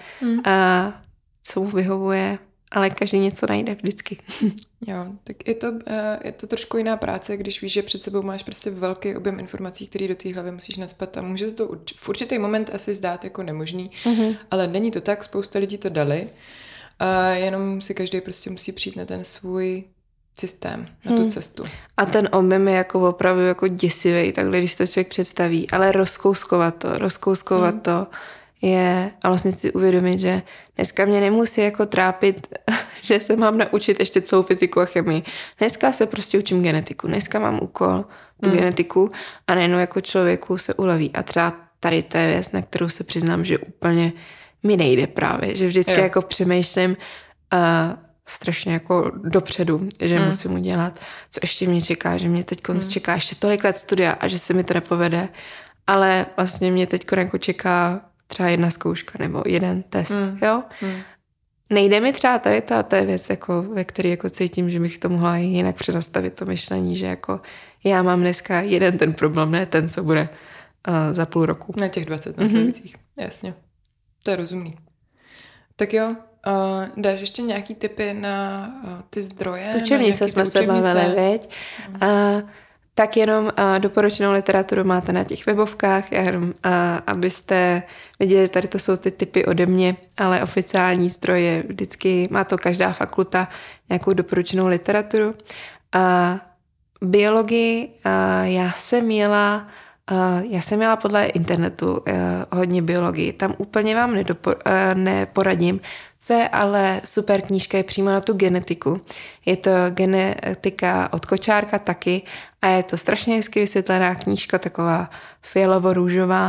co mu vyhovuje, ale každý něco najde vždycky. Jo, tak je to trošku jiná práce, když víš, že před sebou máš prostě velký objem informací, který do té hlavy musíš nacpat a může se to v určitý moment asi zdát jako nemožný, ale není to tak, spousta lidí to dali a jenom si každý prostě musí přijít na ten svůj systém, na tu cestu. A ten objem je jako opravdu jako děsivý, takhle když to člověk představí, ale rozkouskovat to je a vlastně si uvědomit, že dneska mě nemusí jako trápit, že se mám naučit ještě celou fyziku a chemii. Dneska se prostě učím genetiku. Dneska mám úkol tu genetiku a nejenom jako člověku se uleví. A třeba tady to je věc, na kterou se přiznám, že úplně mi nejde právě. Že vždycky jako přemýšlím strašně jako dopředu, že musím udělat, co ještě mě čeká, že mě teď čeká ještě tolik let studia a že se mi to nepovede. Ale vlastně mě teď jako čeká třeba jedna zkouška nebo jeden test, jo? Nejde mi třeba tady to je věc, jako, ve které jako cítím, že bych to mohla jinak přenastavit to myšlení, že jako já mám dneska jeden ten problém, ne ten, co bude za půl roku. Na těch 20 následujících, jasně. To je rozumný. Tak jo, dáš ještě nějaký tipy na ty zdroje? Učebnice jsme se bavili, viď? Tak jenom doporučenou literaturu máte na těch webovkách, jenom abyste viděli, že tady to jsou ty tipy ode mě, ale oficiální zdroje vždycky, má to každá fakulta nějakou doporučenou literaturu. Biologii, já jsem měla podle internetu hodně biologii. Tam úplně vám neporadím. Co je ale super knížka, je přímo na tu genetiku. Je to genetika od Kočárka taky a je to strašně hezky vysvětlená knížka, taková fialovo-růžová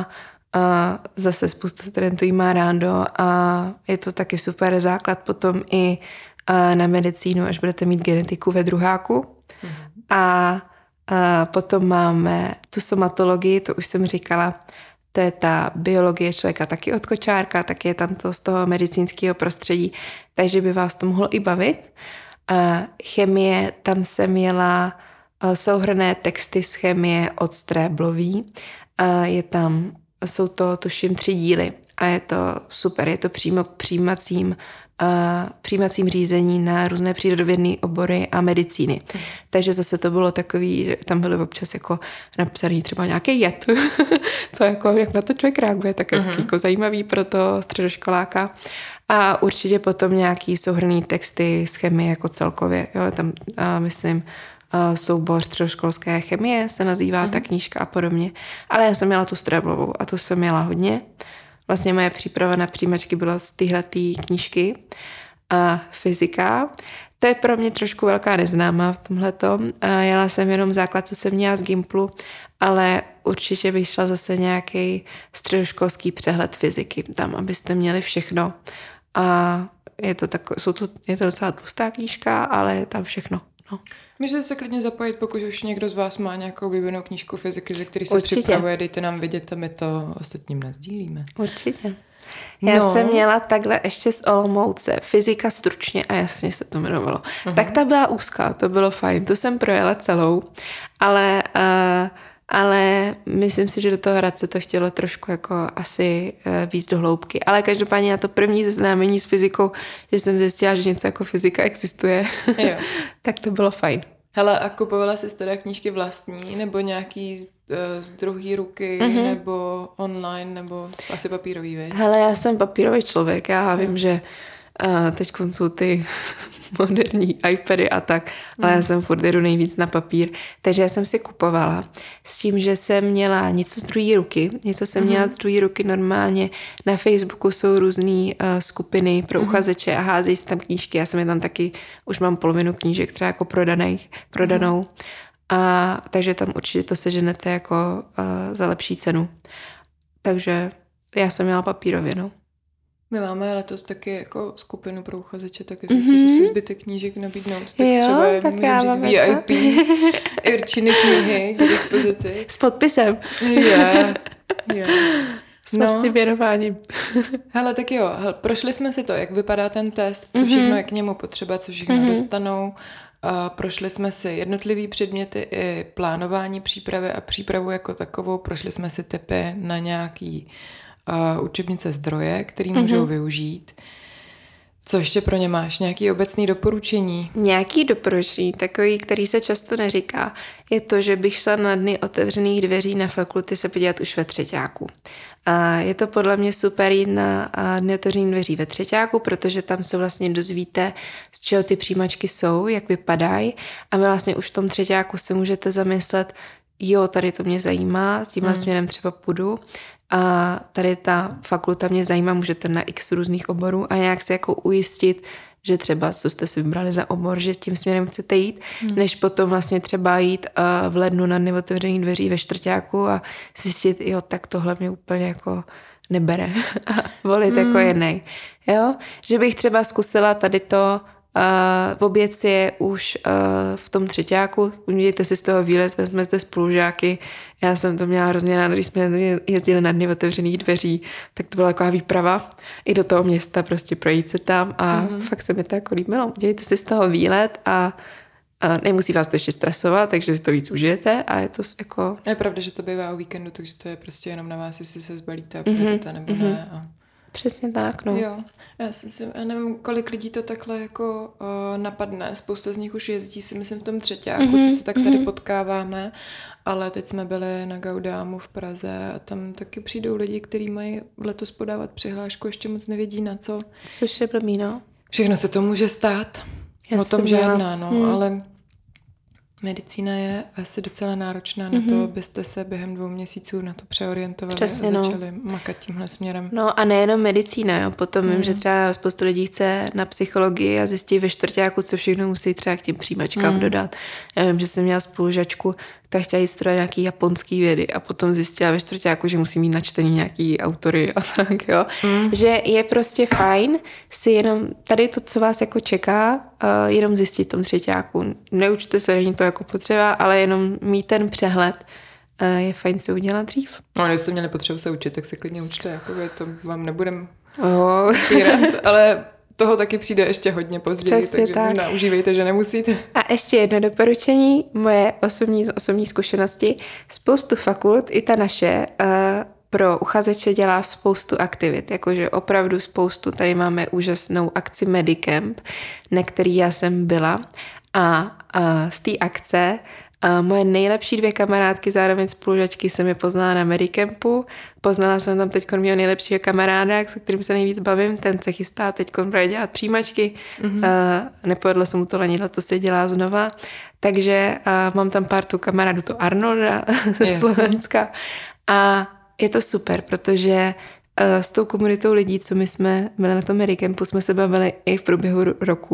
Zase spousta studentů jí má rádo a je to taky super základ potom i na medicínu, až budete mít genetiku ve druháku. A potom máme tu somatologii, to už jsem říkala, to je ta biologie člověka taky od kočárka, tak je tam to z toho medicínského prostředí, takže by vás to mohlo i bavit. Chemie, tam jsem měla souhrnné texty z chemie od Stréblový. Jsou to tuším 3 díly a je to super, je to přímo k přijímacím řízení na různé přírodovědné obory a medicíny. Takže zase to bylo takový, že tam byly občas jako napsaný třeba nějaký jed, co jako, jak na to člověk reaguje, tak je jako zajímavý pro to středoškoláka. A určitě potom nějaký souhrnný texty z chemie jako celkově. Jo, tam myslím soubor středoškolské chemie se nazývá ta knížka a podobně. Ale já jsem měla tu Stréblovou a tu jsem měla hodně. Vlastně moje příprava na přijímačky byla z téhletý knížky a fyzika. To je pro mě trošku velká neznáma v tomhletom. Jela jsem jenom základ, co jsem měla z Gimplu, ale určitě bych šla zase nějaký středoškolský přehled fyziky tam, abyste měli všechno. A je to docela tlustá knížka, ale je tam všechno. No. Můžete se klidně zapojit, pokud už někdo z vás má nějakou oblíbenou knížku fyziky, ze který se připravuje, dejte nám vědět a my to ostatním nasdílíme. Určitě. Já jsem měla takhle ještě z Olomouce fyzika stručně a jasně se to jmenovalo. Tak ta byla úzká, to bylo fajn, to jsem projela celou, ale myslím si, že do toho Hradce to chtělo trošku jako asi víc do hloubky. Ale každopádně na to první seznámení s fyzikou, že jsem zjistila, že něco jako fyzika existuje, tak to bylo fajn. Hele, a kupovala jsi teda knížky vlastní, nebo nějaký z druhé ruky, nebo online, nebo asi papírový, viď? Hele, já jsem papírový člověk, já vím, že teď jsou ty moderní iPady a tak, ale já jsem furt jdu nejvíc na papír, takže já jsem si kupovala s tím, že jsem měla něco z druhé ruky, normálně na Facebooku jsou různý skupiny pro uchazeče a házejí si tam knížky, já jsem je tam taky, už mám polovinu knížek třeba jako prodanou, a takže tam určitě to seženete jako za lepší cenu. Takže já jsem měla papírově, no. My máme letos taky jako skupinu pro uchazeče, tak jestli chceš ještě zbytek knížek nabídnout, tak třeba můžeme říct VIP, Irčiny knihy k dispozici. S podpisem. S vlastně věnováním. Hele, tak jo, prošli jsme si to, jak vypadá ten test, co všechno je k němu potřeba, co všechno dostanou. Prošli jsme si jednotlivý předměty i plánování přípravy a přípravu jako takovou. Prošli jsme si tipy na nějaký učebnice zdroje, který můžou využít. Co ještě pro ně máš? Nějaký obecný doporučení? Nějaký doporučení, takový, který se často neříká, je to, že bych šla na dny otevřených dveří na fakulty se podívat už ve třeťáku. Je to podle mě super jít na dny otevřených dveří ve třeťáku, protože tam se vlastně dozvíte, z čeho ty přijímačky jsou, jak vypadají a vy vlastně už v tom třeťáku si můžete zamyslet, jo, tady to mě zajímá, s tímhle směrem třeba půjdu. A tady ta fakulta mě zajímá, můžete na x různých oborů a nějak se jako ujistit, že třeba, co jste si vybrali za obor, že tím směrem chcete jít, než potom vlastně třeba jít v lednu na dny otevřených dveří ve čtvrťáku a zjistit, jo, tak tohle mě úplně jako nebere a volit jako jiný. Jo? Že bych třeba zkusila tady to oběd si je už v tom třeťáku, udějte si z toho výlet, vezmete spolužáky. Já jsem to měla hrozně ráda, když jsme jezdili na dny otevřených dveří, tak to byla taková výprava i do toho města, prostě projít se tam a fakt se mi to jako líbilo. Udějte si z toho výlet a nemusí vás to ještě stresovat, takže si to víc užijete a je to jako... Je pravda, že to bývá o víkendu, takže to je prostě jenom na vás, jestli se zbalíte a pojedete nebo ne. A... Přesně tak, no. Jo, já nevím, kolik lidí to takhle jako napadne. Spousta z nich už jezdí, si myslím, v tom třeťáku, co se tak tady potkáváme, ale teď jsme byli na Gaudámu v Praze a tam taky přijdou lidi, kteří mají letos podávat přihlášku, ještě moc nevědí na co. Což je blbý, no. Všechno se to může stát. O tom žádná, no, ale medicína je asi docela náročná na to, abyste se během 2 měsíců na to přeorientovali. Přesně, a začali makat tímhle směrem. No a nejenom medicína, jo. Potom vím, že třeba spoustu lidí chce na psychologii a zjistí ve čtvrťáku, co všechno musí třeba k těm přijímačkám dodat. Já vím, že jsem měla spolužačku, tak chtěla jít studovat nějaký japonský vědy a potom zjistila ve čtvrťáku, že musí mít načtený nějaký autory a tak, jo. Že je prostě fajn si jenom tady to, co vás jako čeká, jenom zjistit v tom třeťáku. Neučte se, není to jako potřeba, ale jenom mít ten přehled je fajn si udělat dřív. No, když jste měli potřebu se učit, tak se klidně učte, jakoby to vám nebudem pírat, ale toho taky přijde ještě hodně později, Přesně takže tak. možná užívejte, že nemusíte. A ještě jedno doporučení, moje osobní zkušenosti. Spoustu fakult, i ta naše, pro uchazeče dělá spoustu aktivit, jakože opravdu spoustu. Tady máme úžasnou akci Medicamp, na který já jsem byla. A z té akce moje nejlepší 2 kamarádky, zároveň spolužačky, jsem je poznala na Medicampu. Poznala jsem tam teď mého nejlepšího kamaráda, se kterým se nejvíc bavím. Ten se chystá teď právě dělat přijímačky. Nepovedlo se mu to loni, to se dělá znova. Takže mám tam pár tu kamarádů, to Arnolda ze Slovenska. A je to super, protože s tou komunitou lidí, co my jsme byli na tom Medicampu, jsme se bavili i v průběhu roku.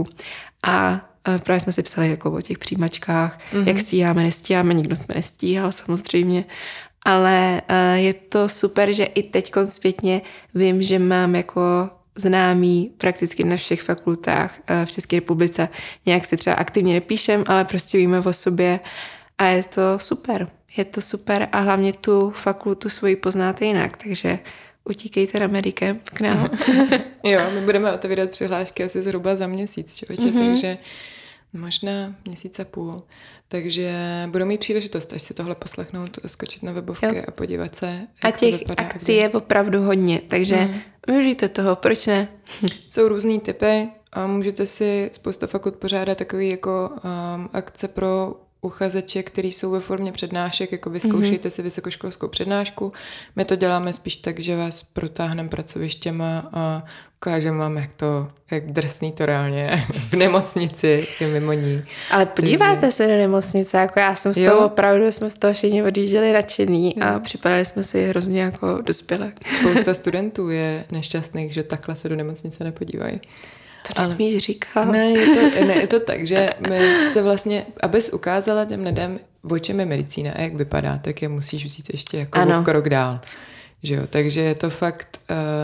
A právě jsme si psali jako o těch přijímačkách, jak stíháme, nestíháme, nikdo jsme nestíhal samozřejmě, ale je to super, že i teďkon zpětně vím, že mám jako známí prakticky na všech fakultách v České republice. Nějak si třeba aktivně nepíšem, ale prostě víme o sobě a je to super. Je to super a hlavně tu fakultu svoji poznáte jinak, takže utíkejte na Medicamp k nám. Jo, my budeme otevírat přihlášky asi zhruba za měsíc, člověče, takže možná měsíc a půl. Takže budou mít příležitost, až si tohle poslechnout, skočit na webovky a podívat se, jak a těch to vypadá. akcí je opravdu hodně, takže využijte toho, proč ne? Jsou různý typy a můžete si spousta fakult pořádat takový jako akce pro uchazeče, který jsou ve formě přednášek, jako vyzkoušejte si vysokoškolskou přednášku. My to děláme spíš tak, že vás protáhneme pracovištěma a ukážeme vám, jak drsný to reálně je v nemocnici i mimo ní. Ale podíváte se do nemocnice, jako já jsem z toho opravdu, jsme z toho všichni odjížděli nadšený a připadali jsme si hrozně jako dospělé. Spousta studentů je nešťastných, že takhle se do nemocnice nepodívají. To nesmíš říkat. Ne, je to tak, že my se vlastně, abys ukázala těm lidem, o čem je medicína a jak vypadá, tak je musíš vzít ještě jako krok dál. Že jo? Takže je to fakt,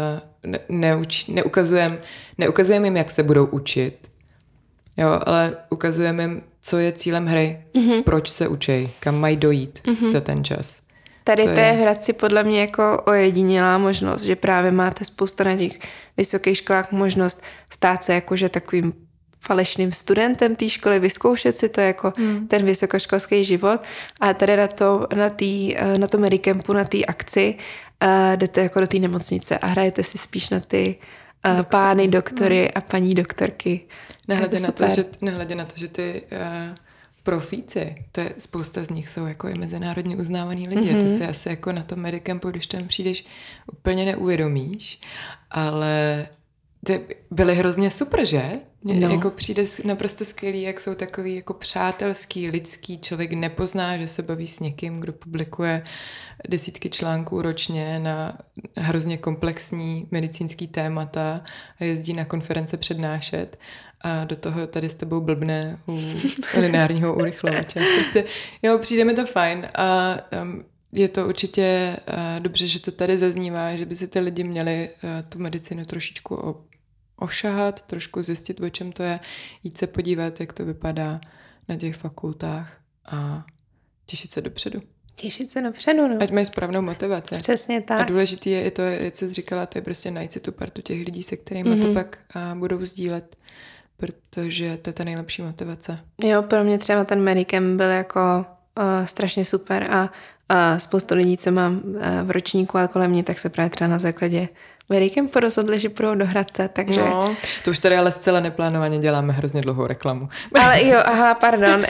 neukazujeme jim, jak se budou učit, jo, ale ukazujeme jim, co je cílem hry, proč se učej, kam mají dojít za ten čas. Tady to je v Hradci podle mě jako ojedinělá možnost, že právě máte spousta na těch vysokých školách možnost stát se jakože takovým falešným studentem té školy, vyzkoušet si to jako ten vysokoškolský život a tady na tom Medicampu, na té akci jdete jako do té nemocnice a hrajete si spíš na ty pány doktory a paní doktorky. Nehledě na to, že ty profíci, to je spousta z nich jsou jako i mezinárodně uznávaný lidi. To si asi jako na tom Medicampu, když tam přijdeš, úplně neuvědomíš, ale ty byly hrozně super, že? Jako přijde naprosto skvělý, jak jsou takový jako přátelský, lidský, člověk nepozná, že se baví s někým, kdo publikuje desítky článků ročně na hrozně komplexní medicínský témata a jezdí na konference přednášet a do toho tady s tebou blbne u lineárního urychlovače. Prostě, jo, přijde mi to fajn a je to určitě dobře, že to tady zaznívá, že by si ty lidi měli tu medicínu trošičku ošahat, trošku zjistit, o čem to je, jít se podívat, jak to vypadá na těch fakultách a těšit se dopředu. Těšit se dopředu, no. Ať mají správnou motivaci. Přesně tak. A důležitý je i to, co jsi říkala, to je prostě najít si tu partu těch lidí, se kterými to pak budou sdílet, protože to je ta nejlepší motivace. Jo, pro mě třeba ten Medicamp byl jako strašně super a spoustu lidí, co mám v ročníku a kolem mě, tak se právě třeba na základě Medicampu rozhodli, že půjdou do Hradce, takže... No, to už tady ale zcela neplánovaně děláme hrozně dlouhou reklamu. Ale jo, pardon.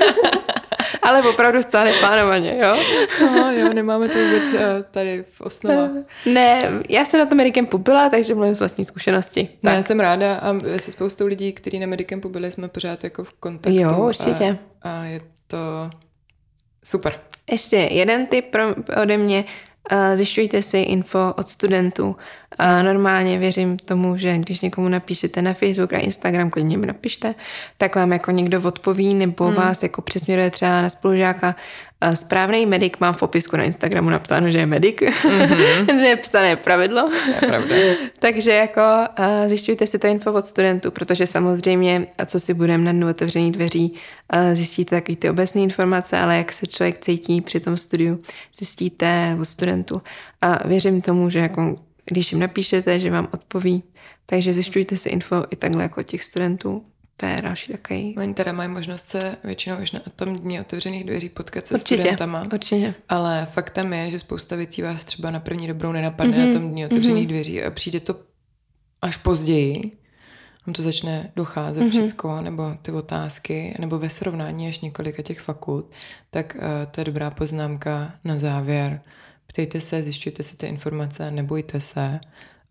Ale opravdu zcela neplánovaně, jo? No, jo, nemáme to vůbec tady v osnovách. Ne, já jsem na tom Medicampu byla, takže mluvím z vlastní zkušenosti. Ne, já jsem ráda a se spoustou lidí, kteří na Medicampu byli, jsme pořád jako v kontaktu. Jo, určitě. A je to super. Ještě jeden tip ode mě. Zjišťujte si info od studentů. Normálně věřím tomu, že když někomu napíšete na Facebook a Instagram, klidně mi napište, tak vám jako někdo odpoví nebo vás jako přesměruje třeba na spolužáka Správný medic má v popisku na Instagramu napsáno, že je medic. Nepsané pravidlo. To je pravda. Takže jako zjišťujte si to info od studentů, protože samozřejmě, co si budeme na dnu otevřených dveří, zjistíte takový ty obecné informace, ale jak se člověk cítí při tom studiu, zjistíte od studentů. A věřím tomu, že jako, když jim napíšete, že vám odpoví, takže zjišťujte si info i takhle jako těch studentů. To je další takový. Oni teda mají možnost se většinou už na tom dní otevřených dveří potkat se studentama. Určitě. Ale faktem je, že spousta věcí vás třeba na první dobrou nenapadne na tom dní otevřených dveří a přijde to až později. Vám to začne docházet všecko, nebo ty otázky, nebo ve srovnání až několika těch fakult, tak to je dobrá poznámka na závěr. Ptejte se, zjišťujte si ty informace, nebojte se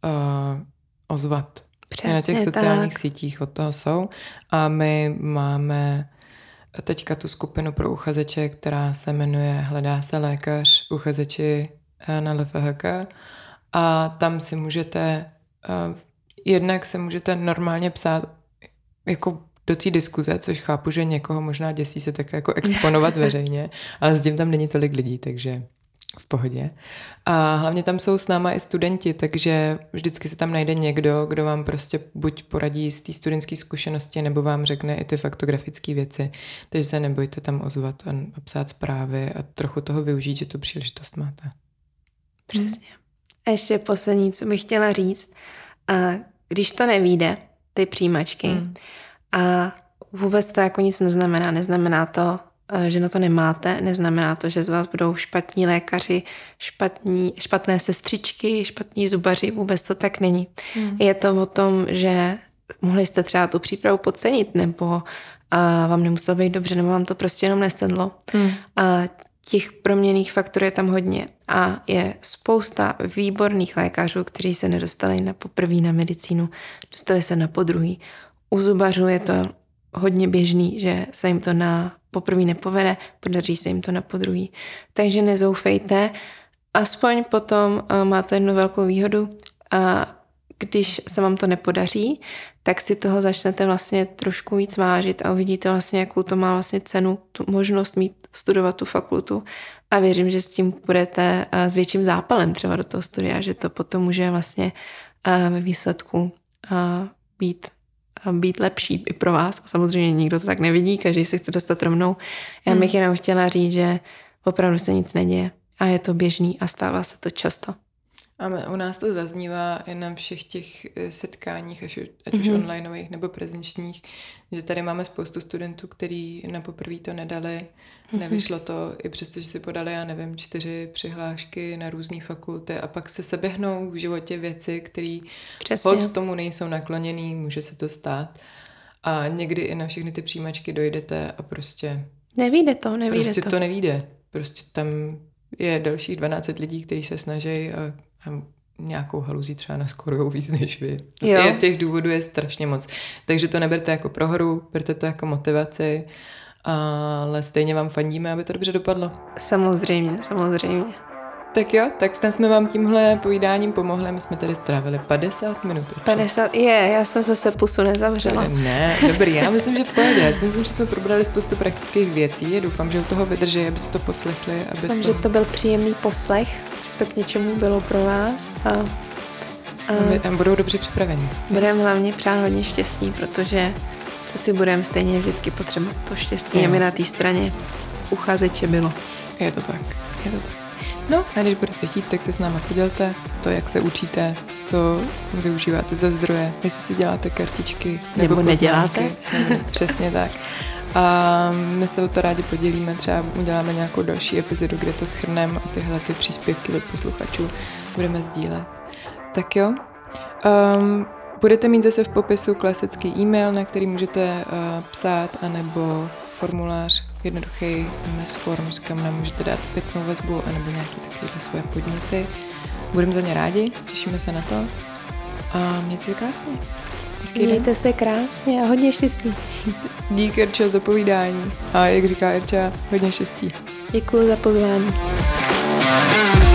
ozvat. Přesně na těch sociálních tak. sítích od toho jsou. A my máme teďka tu skupinu pro uchazeče, která se jmenuje Hledá se lékař, uchazeči na LFHK. A tam si můžete, jednak se můžete normálně psát jako do té diskuze, což chápu, že někoho možná děsí se tak jako exponovat veřejně, ale s tím tam není tolik lidí, takže v pohodě. A hlavně tam jsou s náma i studenti, takže vždycky se tam najde někdo, kdo vám prostě buď poradí z té studentské zkušenosti, nebo vám řekne i ty faktografické věci. Takže se nebojte tam ozvat a psát zprávy a trochu toho využít, že tu příležitost máte. Přesně. A ještě poslední, co bych chtěla říct. Když to nevyjde, ty přijímačky, a vůbec to jako nic neznamená. Neznamená to, že na to nemáte, neznamená to, že z vás budou špatní lékaři, špatné sestřičky, špatní zubaři, vůbec to tak není. Je to o tom, že mohli jste třeba tu přípravu podcenit, nebo vám nemuselo být dobře, nebo vám to prostě jenom nesedlo. A těch proměnných faktorů je tam hodně a je spousta výborných lékařů, kteří se nedostali na poprvé na medicínu, dostali se na podruhý. U zubařů je to hodně běžný, že se jim to na poprvé nepovede, podaří se jim to na podruhý. Takže nezoufejte, aspoň potom máte jednu velkou výhodu, a když se vám to nepodaří, tak si toho začnete vlastně trošku víc vážit a uvidíte vlastně, jakou to má vlastně cenu, tu možnost mít, studovat tu fakultu a věřím, že s tím budete s větším zápalem třeba do toho studia, že to potom může vlastně ve výsledku být lepší i pro vás. Samozřejmě nikdo to tak nevidí, každý se chce dostat rovnou. Já bych jenom chtěla říct, že opravdu se nic neděje a je to běžný a stává se to často. A u nás to zaznívá i na všech těch setkáních, ať už onlineových nebo prezenčních, že tady máme spoustu studentů, kteří na poprvé to nedali, nevyšlo to, i přesto, že si podali, 4 přihlášky na různé fakulty a pak se seběhnou v životě věci, které hod tomu nejsou nakloněný, může se to stát. A někdy i na všechny ty přijímačky dojdete a prostě... Nevyjde to. Prostě to nevyjde. Prostě tam je dalších 12 lidí, kteří se snaží a nějakou haluzí třeba naskorujou víc než vy. Těch důvodů je strašně moc. Takže to neberte jako prohru, berte to jako motivaci, ale stejně vám fandíme, aby to dobře dopadlo. Samozřejmě. Tak jo, tak snad jsme vám tímhle povídáním pomohli. My jsme tady strávili 50 minut. 50, já jsem zase pusu nezavřela. Ne, dobrý, já myslím, že v pohodě. Já si myslím, že jsme probrali spoustu praktických věcí. Doufám, že u toho vydrží, aby si to poslechli. Doufám, že to byl příjemný poslech, že to k něčemu bylo pro vás. A budou dobře připraveni. Budeme hlavně přát hodně štěstí, protože co si budeme, stejně vždycky potřebovat to štěstí. A my na té straně uchazeče bylo. Je to tak. No a když budete chtít, tak se s náma podělte to, jak se učíte, co využíváte za zdroje, jestli si děláte kartičky nebo neděláte. Přesně tak. A my se o to rádi podělíme, třeba uděláme nějakou další epizodu, kde to shrneme a tyhle ty příspěvky od posluchačů budeme sdílet. Tak jo. Budete mít zase v popisu klasický e-mail, na který můžete psát, anebo formulář jednoduchý MS Forms, kam nám můžete dát zpětnou vazbu anebo nějaké takovéhle svoje podněty. Budeme za ně rádi, těšíme se na to a mějte se krásně. Mějte se krásně a hodně štěstí. Díky, Erčo, za povídání a jak říká Erča, hodně štěstí. Děkuji za pozvání.